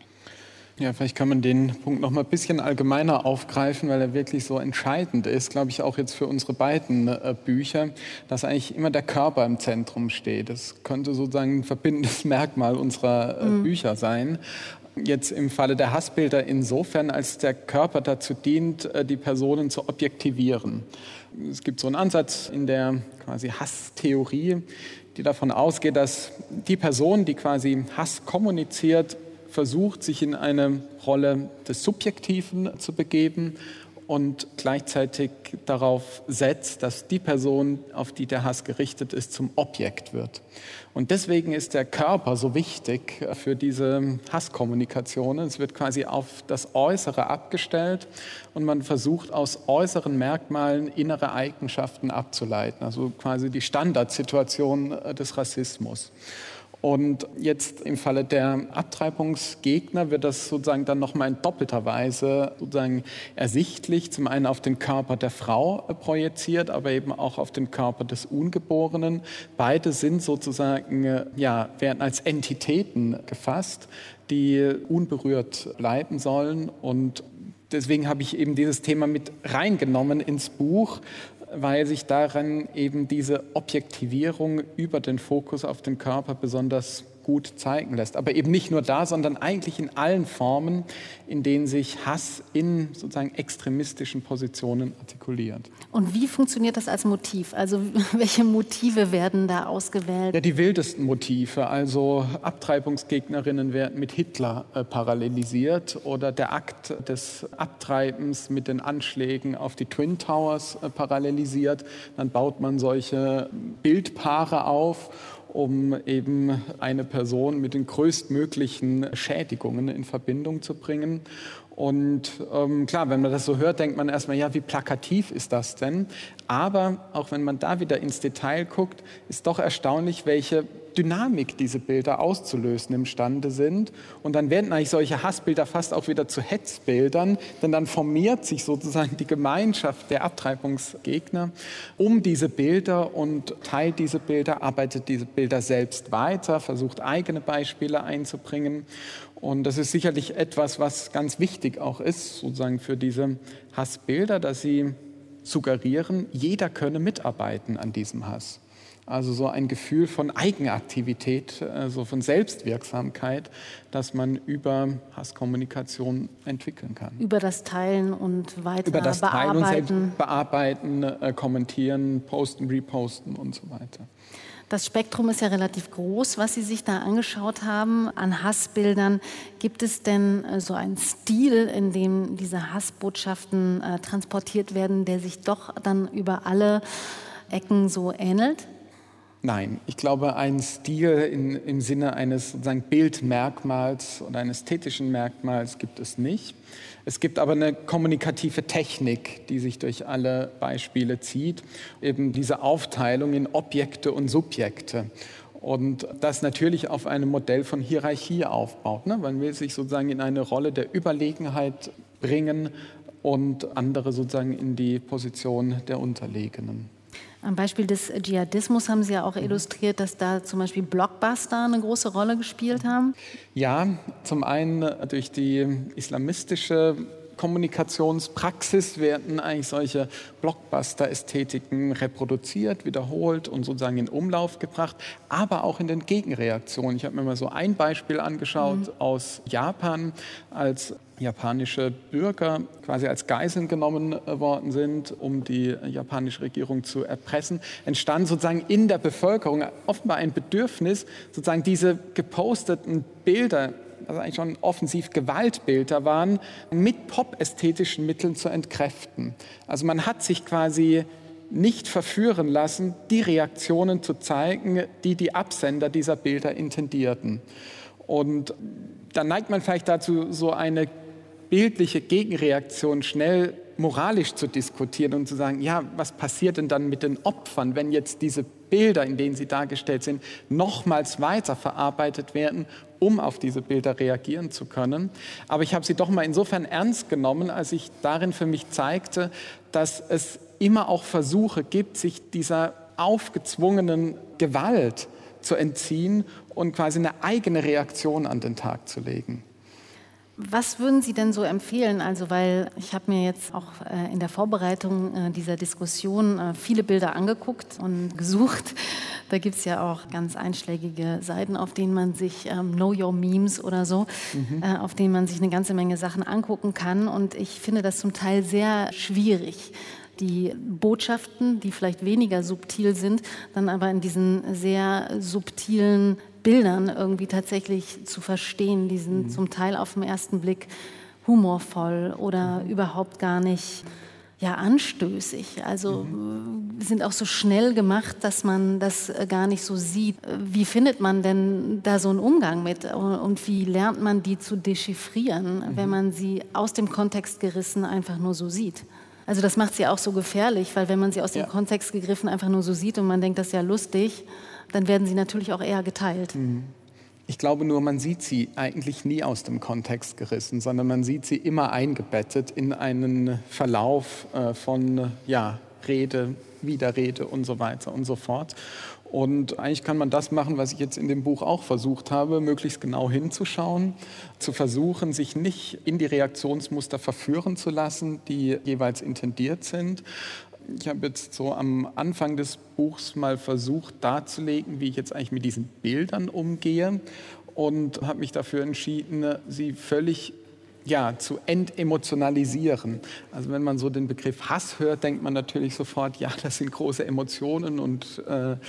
Ja, vielleicht kann man den Punkt noch mal ein bisschen allgemeiner aufgreifen, weil er wirklich so entscheidend ist, glaube ich, auch jetzt für unsere beiden Bücher, dass eigentlich immer der Körper im Zentrum steht. Das könnte sozusagen ein verbindendes Merkmal unserer Bücher sein. Jetzt im Falle der Hassbilder insofern, als der Körper dazu dient, die Personen zu objektivieren. Es gibt so einen Ansatz in der quasi Hasstheorie, die davon ausgeht, dass die Person, die quasi Hass kommuniziert, versucht, sich in eine Rolle des Subjektiven zu begeben und gleichzeitig darauf setzt, dass die Person, auf die der Hass gerichtet ist, zum Objekt wird. Und deswegen ist der Körper so wichtig für diese Hasskommunikationen. Es wird quasi auf das Äußere abgestellt und man versucht, aus äußeren Merkmalen innere Eigenschaften abzuleiten, also quasi die Standardsituation des Rassismus. Und jetzt im Falle der Abtreibungsgegner wird das sozusagen dann nochmal in doppelter Weise sozusagen ersichtlich. Zum einen auf den Körper der Frau projiziert, aber eben auch auf den Körper des Ungeborenen. Beide sind sozusagen, werden als Entitäten gefasst, die unberührt bleiben sollen. Und deswegen habe ich eben dieses Thema mit reingenommen ins Buch, weil sich daran eben diese Objektivierung über den Fokus auf den Körper besonders gut zeigen lässt. Aber eben nicht nur da, sondern eigentlich in allen Formen, in denen sich Hass in sozusagen extremistischen Positionen artikuliert. Und wie funktioniert das als Motiv? Also welche Motive werden da ausgewählt? Ja, die wildesten Motive. Also Abtreibungsgegnerinnen werden mit Hitler parallelisiert oder der Akt des Abtreibens mit den Anschlägen auf die Twin Towers parallelisiert. Dann baut man solche Bildpaare auf, um eben eine Person mit den größtmöglichen Schädigungen in Verbindung zu bringen. Und klar, wenn man das so hört, denkt man erstmal, ja, wie plakativ ist das denn? Aber auch wenn man da wieder ins Detail guckt, ist doch erstaunlich, welche Dynamik diese Bilder auszulösen imstande sind. Und dann werden eigentlich solche Hassbilder fast auch wieder zu Hetzbildern, denn dann formiert sich sozusagen die Gemeinschaft der Abtreibungsgegner um diese Bilder und teilt diese Bilder, arbeitet diese Bilder selbst weiter, versucht eigene Beispiele einzubringen. Und das ist sicherlich etwas, was ganz wichtig auch ist, sozusagen für diese Hassbilder, dass sie suggerieren, jeder könne mitarbeiten an diesem Hass. Also so ein Gefühl von Eigenaktivität, also von Selbstwirksamkeit, das man über Hasskommunikation entwickeln kann. Über das Teilen und weiter über das bearbeiten. Teilen und selbst bearbeiten, kommentieren, posten, reposten und so weiter. Das Spektrum ist ja relativ groß, was Sie sich da angeschaut haben an Hassbildern. Gibt es denn so einen Stil, in dem diese Hassbotschaften transportiert werden, der sich doch dann über alle Ecken so ähnelt? Nein, ich glaube, ein Stil im Sinne eines sozusagen Bildmerkmals oder eines ästhetischen Merkmals gibt es nicht. Es gibt aber eine kommunikative Technik, die sich durch alle Beispiele zieht, eben diese Aufteilung in Objekte und Subjekte. Und das natürlich auf einem Modell von Hierarchie aufbaut. Ne? Man will sich sozusagen in eine Rolle der Überlegenheit bringen und andere sozusagen in die Position der Unterlegenen. Am Beispiel des Dschihadismus haben Sie ja auch illustriert, dass da zum Beispiel Blockbuster eine große Rolle gespielt haben. Ja, zum einen durch die islamistische Kommunikationspraxis werden eigentlich solche Blockbuster-Ästhetiken reproduziert, wiederholt und sozusagen in Umlauf gebracht, aber auch in den Gegenreaktionen. Ich habe mir mal so ein Beispiel angeschaut aus Japan, als japanische Bürger quasi als Geiseln genommen worden sind, um die japanische Regierung zu erpressen, entstand sozusagen in der Bevölkerung offenbar ein Bedürfnis, sozusagen diese geposteten Bilder, also eigentlich schon offensiv Gewaltbilder waren, mit pop-ästhetischen Mitteln zu entkräften. Also man hat sich quasi nicht verführen lassen, die Reaktionen zu zeigen, die die Absender dieser Bilder intendierten. Und dann neigt man vielleicht dazu, so eine bildliche Gegenreaktion schnell moralisch zu diskutieren und zu sagen, ja, was passiert denn dann mit den Opfern, wenn jetzt diese Bilder, in denen sie dargestellt sind, nochmals weiter verarbeitet werden, um auf diese Bilder reagieren zu können. Aber ich habe sie doch mal insofern ernst genommen, als ich darin für mich zeigte, dass es immer auch Versuche gibt, sich dieser aufgezwungenen Gewalt zu entziehen und quasi eine eigene Reaktion an den Tag zu legen. Was würden Sie denn so empfehlen? Also, weil ich habe mir jetzt auch in der Vorbereitung dieser Diskussion viele Bilder angeguckt und gesucht. Da gibt es ja auch ganz einschlägige Seiten, auf denen man sich Know Your Memes oder so, auf denen man sich eine ganze Menge Sachen angucken kann. Und ich finde das zum Teil sehr schwierig, die Botschaften, die vielleicht weniger subtil sind, dann aber in diesen sehr subtilen Bildern irgendwie tatsächlich zu verstehen. Die sind zum Teil auf den ersten Blick humorvoll oder überhaupt gar nicht anstößig. Also sind auch so schnell gemacht, dass man das gar nicht so sieht. Wie findet man denn da so einen Umgang mit und wie lernt man die zu dechiffrieren, wenn man sie aus dem Kontext gerissen einfach nur so sieht? Also das macht sie auch so gefährlich, weil wenn man sie aus dem Kontext gegriffen einfach nur so sieht und man denkt, das ist ja lustig, dann werden sie natürlich auch eher geteilt. Ich glaube nur, man sieht sie eigentlich nie aus dem Kontext gerissen, sondern man sieht sie immer eingebettet in einen Verlauf von Rede, Widerrede und so weiter und so fort. Und eigentlich kann man das machen, was ich jetzt in dem Buch auch versucht habe, möglichst genau hinzuschauen, zu versuchen, sich nicht in die Reaktionsmuster verführen zu lassen, die jeweils intendiert sind, Ich habe jetzt so am Anfang des Buchs mal versucht darzulegen, wie ich jetzt eigentlich mit diesen Bildern umgehe und habe mich dafür entschieden, sie völlig zu entemotionalisieren. Also wenn man so den Begriff Hass hört, denkt man natürlich sofort, ja, das sind große Emotionen und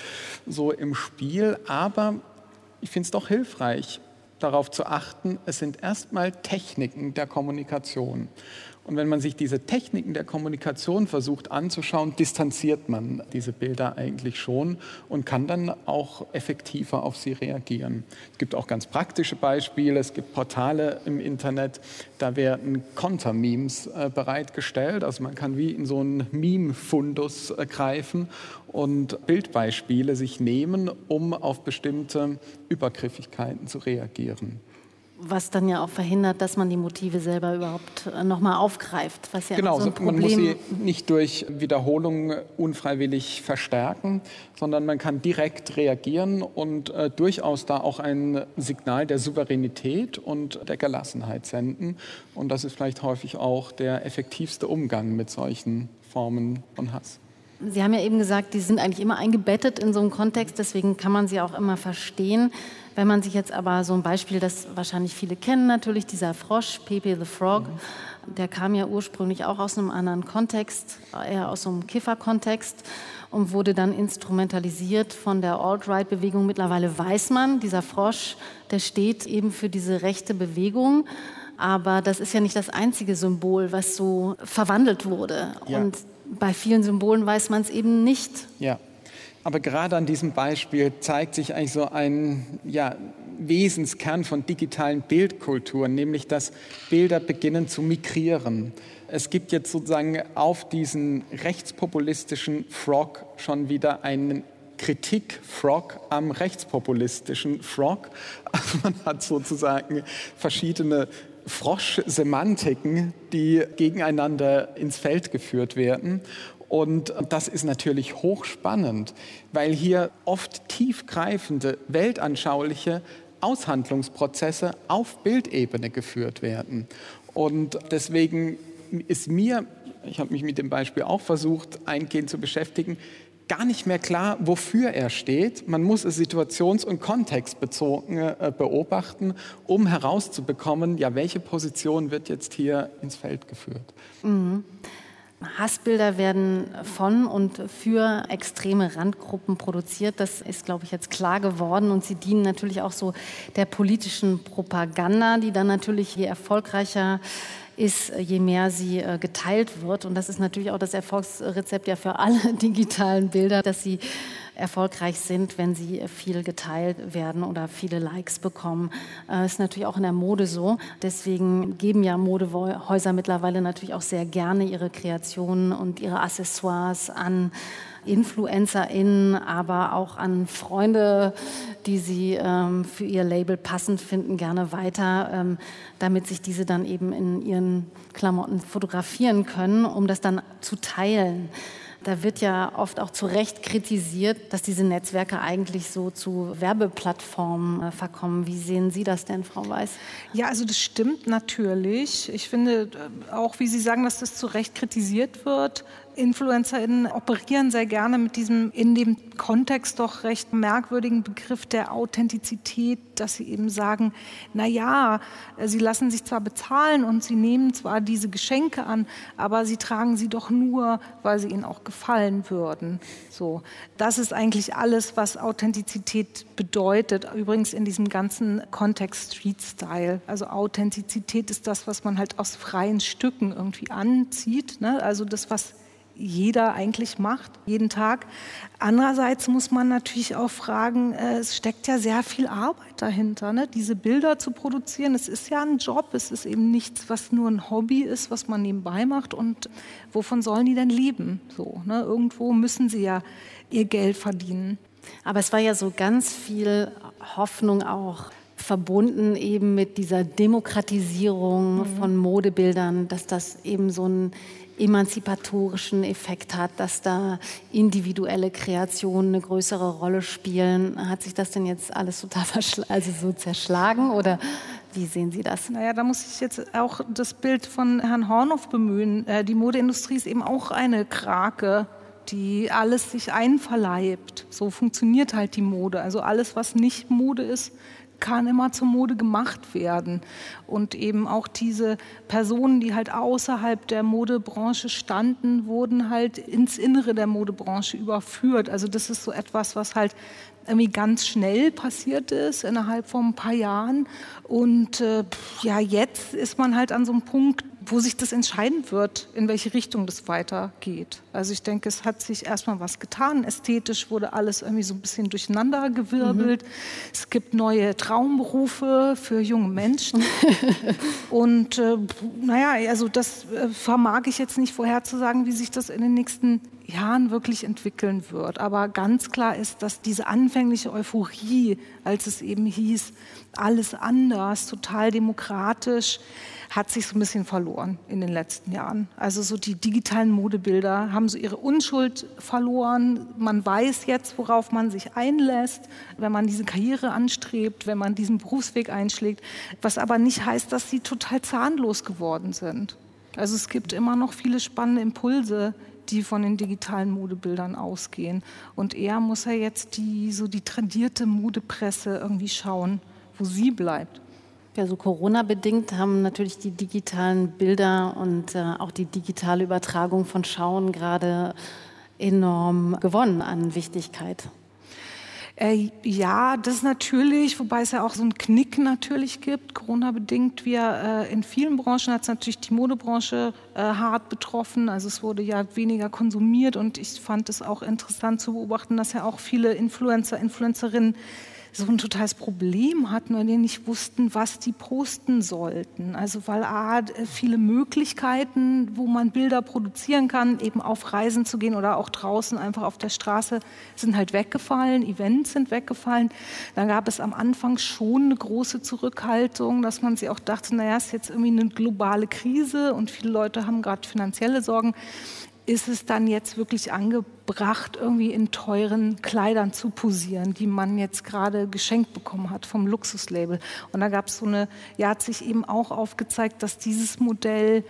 so im Spiel. Aber ich finde es doch hilfreich, darauf zu achten, es sind erstmal Techniken der Kommunikation. Und wenn man sich diese Techniken der Kommunikation versucht anzuschauen, distanziert man diese Bilder eigentlich schon und kann dann auch effektiver auf sie reagieren. Es gibt auch ganz praktische Beispiele. Es gibt Portale im Internet, da werden Kontermemes bereitgestellt. Also man kann wie in so einen Meme-Fundus greifen und Bildbeispiele sich nehmen, um auf bestimmte Übergriffigkeiten zu reagieren. Was dann ja auch verhindert, dass man die Motive selber überhaupt nochmal aufgreift. Was ja genau, so ein Problem. Man muss sie nicht durch Wiederholung unfreiwillig verstärken, sondern man kann direkt reagieren und durchaus da auch ein Signal der Souveränität und der Gelassenheit senden. Und das ist vielleicht häufig auch der effektivste Umgang mit solchen Formen von Hass. Sie haben ja eben gesagt, die sind eigentlich immer eingebettet in so einen Kontext, deswegen kann man sie auch immer verstehen. Wenn man sich jetzt aber so ein Beispiel, das wahrscheinlich viele kennen natürlich, dieser Frosch, Pepe the Frog, der kam ja ursprünglich auch aus einem anderen Kontext, eher aus so einem Kiffer-Kontext und wurde dann instrumentalisiert von der Alt-Right-Bewegung. Mittlerweile weiß man, dieser Frosch, der steht eben für diese rechte Bewegung. Aber das ist ja nicht das einzige Symbol, was so verwandelt wurde. Ja. Und bei vielen Symbolen weiß man es eben nicht. Ja, aber gerade an diesem Beispiel zeigt sich eigentlich so ein Wesenskern von digitalen Bildkulturen, nämlich dass Bilder beginnen zu migrieren. Es gibt jetzt sozusagen auf diesen rechtspopulistischen Frog schon wieder einen Kritik-Frog am rechtspopulistischen Frog. Also man hat sozusagen verschiedene Frosch-Semantiken, die gegeneinander ins Feld geführt werden. Und das ist natürlich hochspannend, weil hier oft tiefgreifende, weltanschauliche Aushandlungsprozesse auf Bildebene geführt werden. Und deswegen ist mir, ich habe mich mit dem Beispiel auch versucht, eingehend zu beschäftigen, gar nicht mehr klar, wofür er steht. Man muss es situations- und kontextbezogen beobachten, um herauszubekommen, welche Position wird jetzt hier ins Feld geführt. Mhm. Hassbilder werden von und für extreme Randgruppen produziert. Das ist, glaube ich, jetzt klar geworden. Und sie dienen natürlich auch so der politischen Propaganda, die dann natürlich je erfolgreicher ist, je mehr sie geteilt wird. Und das ist natürlich auch das Erfolgsrezept ja für alle digitalen Bilder, dass sie erfolgreich sind, wenn sie viel geteilt werden oder viele Likes bekommen. Ist natürlich auch in der Mode so. Deswegen geben ja Modehäuser mittlerweile natürlich auch sehr gerne ihre Kreationen und ihre Accessoires an InfluencerInnen, aber auch an Freunde, die sie für ihr Label passend finden, gerne weiter, damit sich diese dann eben in ihren Klamotten fotografieren können, um das dann zu teilen. Da wird ja oft auch zu Recht kritisiert, dass diese Netzwerke eigentlich so zu Werbeplattformen verkommen. Wie sehen Sie das denn, Frau Weiß? Ja, also das stimmt natürlich. Ich finde auch, wie Sie sagen, dass das zu Recht kritisiert wird. InfluencerInnen operieren sehr gerne mit diesem in dem Kontext doch recht merkwürdigen Begriff der Authentizität, dass sie eben sagen, naja, sie lassen sich zwar bezahlen und sie nehmen zwar diese Geschenke an, aber sie tragen sie doch nur, weil sie ihnen auch gefallen würden. So, das ist eigentlich alles, was Authentizität bedeutet, übrigens in diesem ganzen Kontext Street Style. Also Authentizität ist das, was man halt aus freien Stücken irgendwie anzieht, ne? Also das, was jeder eigentlich macht, jeden Tag. Andererseits muss man natürlich auch fragen, es steckt ja sehr viel Arbeit dahinter, ne? Diese Bilder zu produzieren. Es ist ja ein Job, es ist eben nichts, was nur ein Hobby ist, was man nebenbei macht. Und wovon sollen die denn leben? So, ne? Irgendwo müssen sie ja ihr Geld verdienen. Aber es war ja so ganz viel Hoffnung auch verbunden eben mit dieser Demokratisierung von Modebildern, dass das eben so einen emanzipatorischen Effekt hat, dass da individuelle Kreationen eine größere Rolle spielen. Hat sich das denn jetzt alles total so zerschlagen oder Wie sehen Sie das? Naja, da muss ich jetzt auch das Bild von Herrn Hornhoff bemühen. Die Modeindustrie ist eben auch eine Krake, die alles sich einverleibt. So funktioniert halt die Mode. Also alles, was nicht Mode ist, kann immer zur Mode gemacht werden. Und eben auch diese Personen, die halt außerhalb der Modebranche standen, wurden halt ins Innere der Modebranche überführt. Also das ist so etwas, was halt irgendwie ganz schnell passiert ist, innerhalb von ein paar Jahren. Und jetzt ist man halt an so einem Punkt, wo sich das entscheiden wird, in welche Richtung das weitergeht. Also ich denke, es hat sich erstmal was getan. Ästhetisch wurde alles irgendwie so ein bisschen durcheinander gewirbelt. Es gibt neue Traumberufe für junge Menschen. Und also das vermag ich jetzt nicht vorherzusagen, wie sich das in den nächsten Jahren wirklich entwickeln wird. Aber ganz klar ist, dass diese anfängliche Euphorie, als es eben hieß, alles anders, total demokratisch, hat sich so ein bisschen verloren in den letzten Jahren. Also so die digitalen Modebilder haben so ihre Unschuld verloren. Man weiß jetzt, worauf man sich einlässt, wenn man diese Karriere anstrebt, wenn man diesen Berufsweg einschlägt. Was aber nicht heißt, dass sie total zahnlos geworden sind. Also es gibt immer noch viele spannende Impulse, die von den digitalen Modebildern ausgehen. Und eher muss er jetzt die tradierte Modepresse irgendwie schauen, wo sie bleibt. Ja, so Corona-bedingt haben natürlich die digitalen Bilder und auch die digitale Übertragung von Schauen gerade enorm gewonnen an Wichtigkeit. Ja, das natürlich, wobei es ja auch so einen Knick natürlich gibt, Corona-bedingt. In vielen Branchen hat es natürlich die Modebranche hart betroffen. Also es wurde ja weniger konsumiert und ich fand es auch interessant zu beobachten, dass ja auch viele Influencerinnen so ein totales Problem hatten, weil die nicht wussten, was die posten sollten. Also weil viele Möglichkeiten, wo man Bilder produzieren kann, eben auf Reisen zu gehen oder auch draußen einfach auf der Straße, sind halt weggefallen, Events sind weggefallen. Dann gab es am Anfang schon eine große Zurückhaltung, dass man sich auch dachte, naja, es ist jetzt irgendwie eine globale Krise und viele Leute haben gerade finanzielle Sorgen. Ist es dann jetzt wirklich angebracht, irgendwie in teuren Kleidern zu posieren, die man jetzt gerade geschenkt bekommen hat vom Luxuslabel. Und da gab es hat sich eben auch aufgezeigt, dass dieses Modell,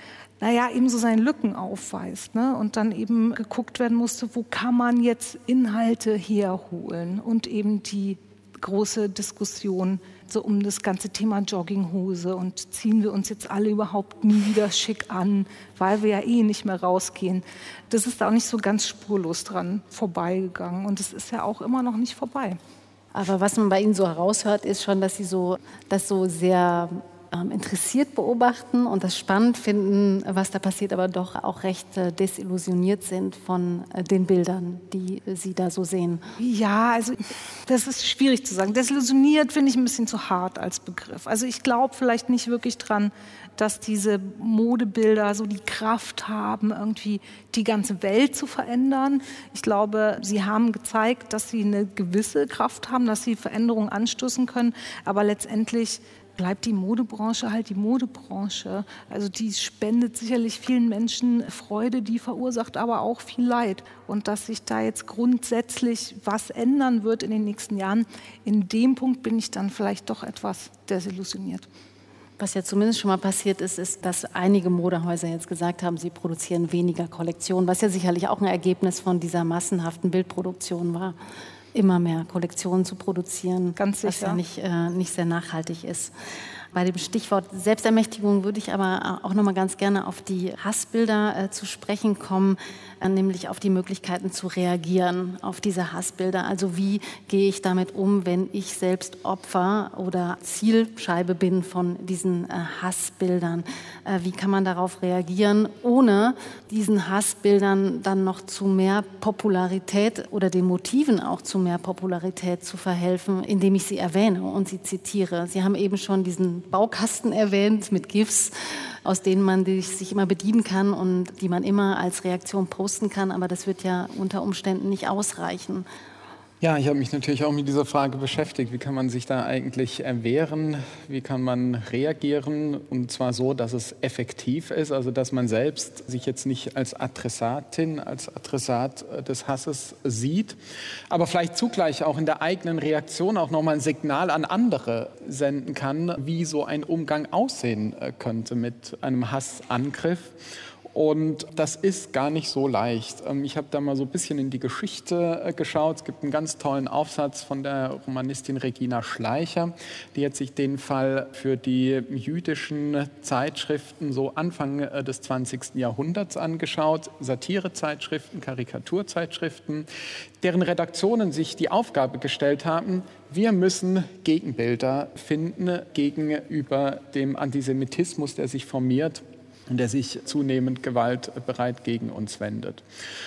eben so seine Lücken aufweist, ne? Und dann eben geguckt werden musste, wo kann man jetzt Inhalte herholen und eben die große Diskussion so um das ganze Thema Jogginghose und ziehen wir uns jetzt alle überhaupt nie wieder schick an, weil wir ja nicht mehr rausgehen. Das ist da auch nicht so ganz spurlos dran vorbeigegangen und es ist ja auch immer noch nicht vorbei. Aber was man bei Ihnen so heraushört, ist schon, dass Sie das so sehr interessiert beobachten und das spannend finden, was da passiert, aber doch auch recht desillusioniert sind von den Bildern, die Sie da so sehen. Ja, also das ist schwierig zu sagen. Desillusioniert finde ich ein bisschen zu hart als Begriff. Also ich glaube vielleicht nicht wirklich dran, dass diese Modebilder so die Kraft haben, irgendwie die ganze Welt zu verändern. Ich glaube, sie haben gezeigt, dass sie eine gewisse Kraft haben, dass sie Veränderungen anstoßen können, aber letztendlich bleibt die Modebranche halt die Modebranche. Also die spendet sicherlich vielen Menschen Freude, die verursacht aber auch viel Leid. Und dass sich da jetzt grundsätzlich was ändern wird in den nächsten Jahren, in dem Punkt bin ich dann vielleicht doch etwas desillusioniert. Was ja zumindest schon mal passiert ist, dass einige Modehäuser jetzt gesagt haben, sie produzieren weniger Kollektionen, was ja sicherlich auch ein Ergebnis von dieser massenhaften Bildproduktion war. Immer mehr Kollektionen zu produzieren, ganz sicher, was ja nicht sehr nachhaltig ist. Bei dem Stichwort Selbstermächtigung würde ich aber auch noch mal ganz gerne auf die Hassbilder zu sprechen kommen, nämlich auf die Möglichkeiten zu reagieren auf diese Hassbilder. Also wie gehe ich damit um, wenn ich selbst Opfer oder Zielscheibe bin von diesen Hassbildern? Wie kann man darauf reagieren, ohne diesen Hassbildern dann noch zu mehr Popularität oder den Motiven auch zu mehr Popularität zu verhelfen, indem ich sie erwähne und sie zitiere? Sie haben eben schon diesen Baukasten erwähnt mit GIFs, aus denen man sich immer bedienen kann und die man immer als Reaktion posten kann, aber das wird ja unter Umständen nicht ausreichen. Ja, ich habe mich natürlich auch mit dieser Frage beschäftigt. Wie kann man sich da eigentlich erwehren? Wie kann man reagieren? Und zwar so, dass es effektiv ist, also dass man selbst sich jetzt nicht als Adressatin, als Adressat des Hasses sieht, aber vielleicht zugleich auch in der eigenen Reaktion auch nochmal ein Signal an andere senden kann, wie so ein Umgang aussehen könnte mit einem Hassangriff. Und das ist gar nicht so leicht. Ich habe da mal so ein bisschen in die Geschichte geschaut. Es gibt einen ganz tollen Aufsatz von der Romanistin Regina Schleicher. Die hat sich den Fall für die jüdischen Zeitschriften so Anfang des 20. Jahrhunderts angeschaut. Satirezeitschriften, Karikaturzeitschriften, deren Redaktionen sich die Aufgabe gestellt haben, wir müssen Gegenbilder finden gegenüber dem Antisemitismus, der sich formiert und der sich zunehmend gewaltbereit gegen uns wendet.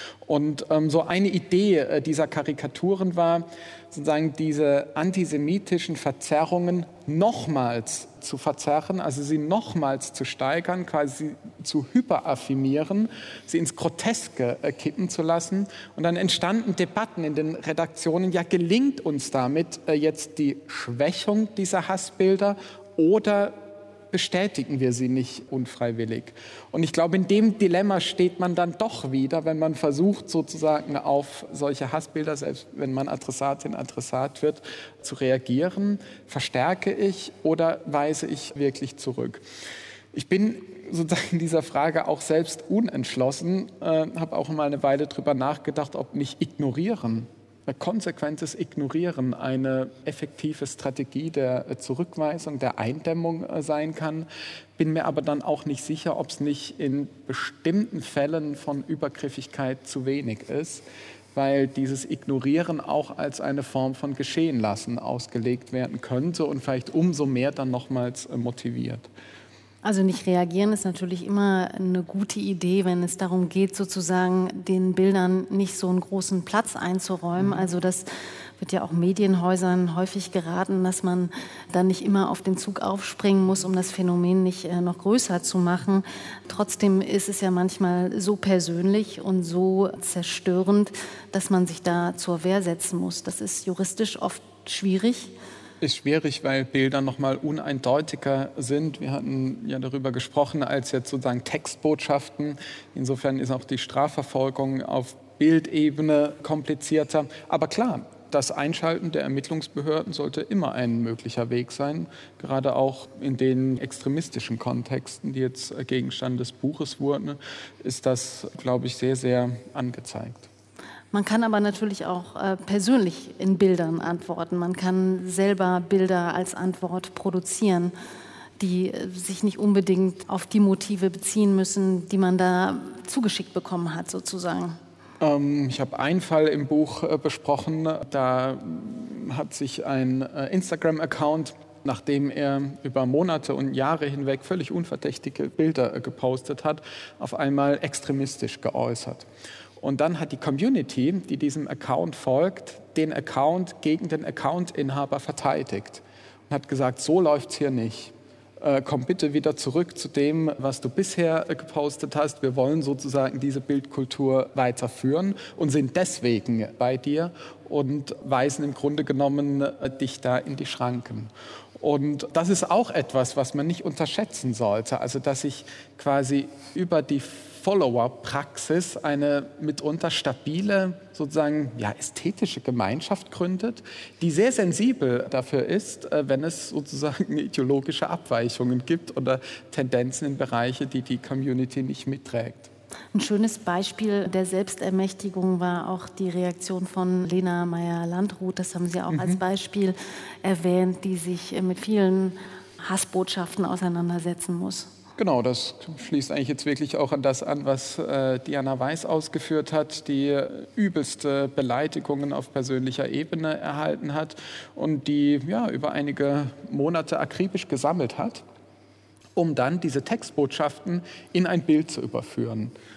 Und so eine Idee dieser Karikaturen war, sozusagen diese antisemitischen Verzerrungen nochmals zu verzerren, also sie nochmals zu steigern, quasi zu hyperaffirmieren, sie ins Groteske kippen zu lassen. Und dann entstanden Debatten in den Redaktionen, ja, gelingt uns damit jetzt die Schwächung dieser Hassbilder oder bestätigen wir sie nicht unfreiwillig? Und ich glaube, in dem Dilemma steht man dann doch wieder, wenn man versucht, sozusagen auf solche Hassbilder, selbst wenn man Adressatin, Adressat wird, zu reagieren. Verstärke ich oder weise ich wirklich zurück? Ich bin sozusagen in dieser Frage auch selbst unentschlossen, habe auch mal eine Weile drüber nachgedacht, ob nicht Ignorieren, konsequentes Ignorieren eine effektive Strategie der Zurückweisung, der Eindämmung sein kann. Bin mir aber dann auch nicht sicher, ob es nicht in bestimmten Fällen von Übergriffigkeit zu wenig ist, weil dieses Ignorieren auch als eine Form von Geschehenlassen ausgelegt werden könnte und vielleicht umso mehr dann nochmals motiviert. Also nicht reagieren ist natürlich immer eine gute Idee, wenn es darum geht, sozusagen den Bildern nicht so einen großen Platz einzuräumen. Also das wird ja auch Medienhäusern häufig geraten, dass man dann nicht immer auf den Zug aufspringen muss, um das Phänomen nicht noch größer zu machen. Trotzdem ist es ja manchmal so persönlich und so zerstörend, dass man sich da zur Wehr setzen muss. Das ist juristisch oft schwierig. Ist schwierig, weil Bilder noch mal uneindeutiger sind. Wir hatten ja darüber gesprochen, als jetzt sozusagen Textbotschaften. Insofern ist auch die Strafverfolgung auf Bildebene komplizierter. Aber klar, das Einschalten der Ermittlungsbehörden sollte immer ein möglicher Weg sein, gerade auch in den extremistischen Kontexten, die jetzt Gegenstand des Buches wurden, ist das, glaube ich, sehr, sehr angezeigt. Man kann aber natürlich auch persönlich in Bildern antworten. Man kann selber Bilder als Antwort produzieren, die sich nicht unbedingt auf die Motive beziehen müssen, die man da zugeschickt bekommen hat, sozusagen. Ich habe einen Fall im Buch besprochen. Da hat sich ein Instagram-Account, nachdem er über Monate und Jahre hinweg völlig unverdächtige Bilder gepostet hat, auf einmal extremistisch geäußert. Und dann hat die Community, die diesem Account folgt, den Account gegen den Accountinhaber verteidigt und hat gesagt, so läuft es hier nicht. Komm bitte wieder zurück zu dem, was du bisher gepostet hast. Wir wollen sozusagen diese Bildkultur weiterführen und sind deswegen bei dir und weisen im Grunde genommen dich da in die Schranken. Und das ist auch etwas, was man nicht unterschätzen sollte. Also dass sich quasi über die Follower-Praxis eine mitunter stabile, sozusagen ästhetische Gemeinschaft gründet, die sehr sensibel dafür ist, wenn es sozusagen ideologische Abweichungen gibt oder Tendenzen in Bereiche, die die Community nicht mitträgt. Ein schönes Beispiel der Selbstermächtigung war auch die Reaktion von Lena Meyer-Landrut, das haben Sie auch als Beispiel erwähnt, die sich mit vielen Hassbotschaften auseinandersetzen muss. Genau, das schließt eigentlich jetzt wirklich auch an das an, was Diana Weiß ausgeführt hat, die übelste Beleidigungen auf persönlicher Ebene erhalten hat und die über einige Monate akribisch gesammelt hat, um dann diese Textbotschaften in ein Bild zu überführen.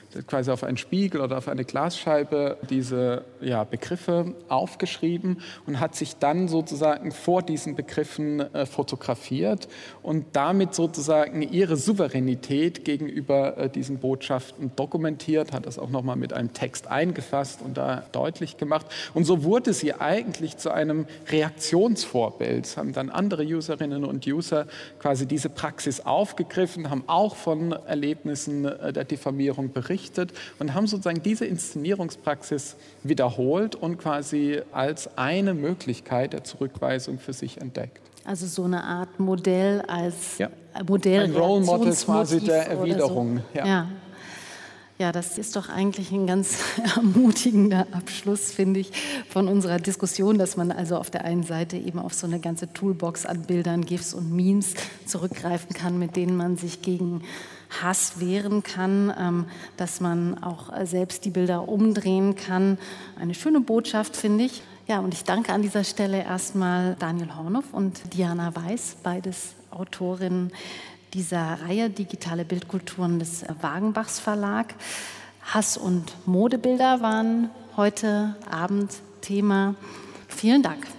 quasi auf einen Spiegel oder auf eine Glasscheibe diese Begriffe aufgeschrieben und hat sich dann sozusagen vor diesen Begriffen fotografiert und damit sozusagen ihre Souveränität gegenüber diesen Botschaften dokumentiert, hat das auch nochmal mit einem Text eingefasst und da deutlich gemacht. Und so wurde sie eigentlich zu einem Reaktionsvorbild. Es haben dann andere Userinnen und User quasi diese Praxis aufgegriffen, haben auch von Erlebnissen der Diffamierung berichtet und haben sozusagen diese Inszenierungspraxis wiederholt und quasi als eine Möglichkeit der Zurückweisung für sich entdeckt. Also so eine Art Modell als Modell, ein Role Model quasi der Erwiderung. So. Ja, das ist doch eigentlich ein ganz ermutigender Abschluss, finde ich, von unserer Diskussion, dass man also auf der einen Seite eben auf so eine ganze Toolbox an Bildern, GIFs und Memes zurückgreifen kann, mit denen man sich gegen Hass wehren kann, dass man auch selbst die Bilder umdrehen kann. Eine schöne Botschaft, finde ich. Ja, und ich danke an dieser Stelle erstmal Daniel Hornow und Diana Weiß, beides Autorinnen dieser Reihe Digitale Bildkulturen des Wagenbachs Verlag. Hass- und Modebilder waren heute Abend Thema. Vielen Dank.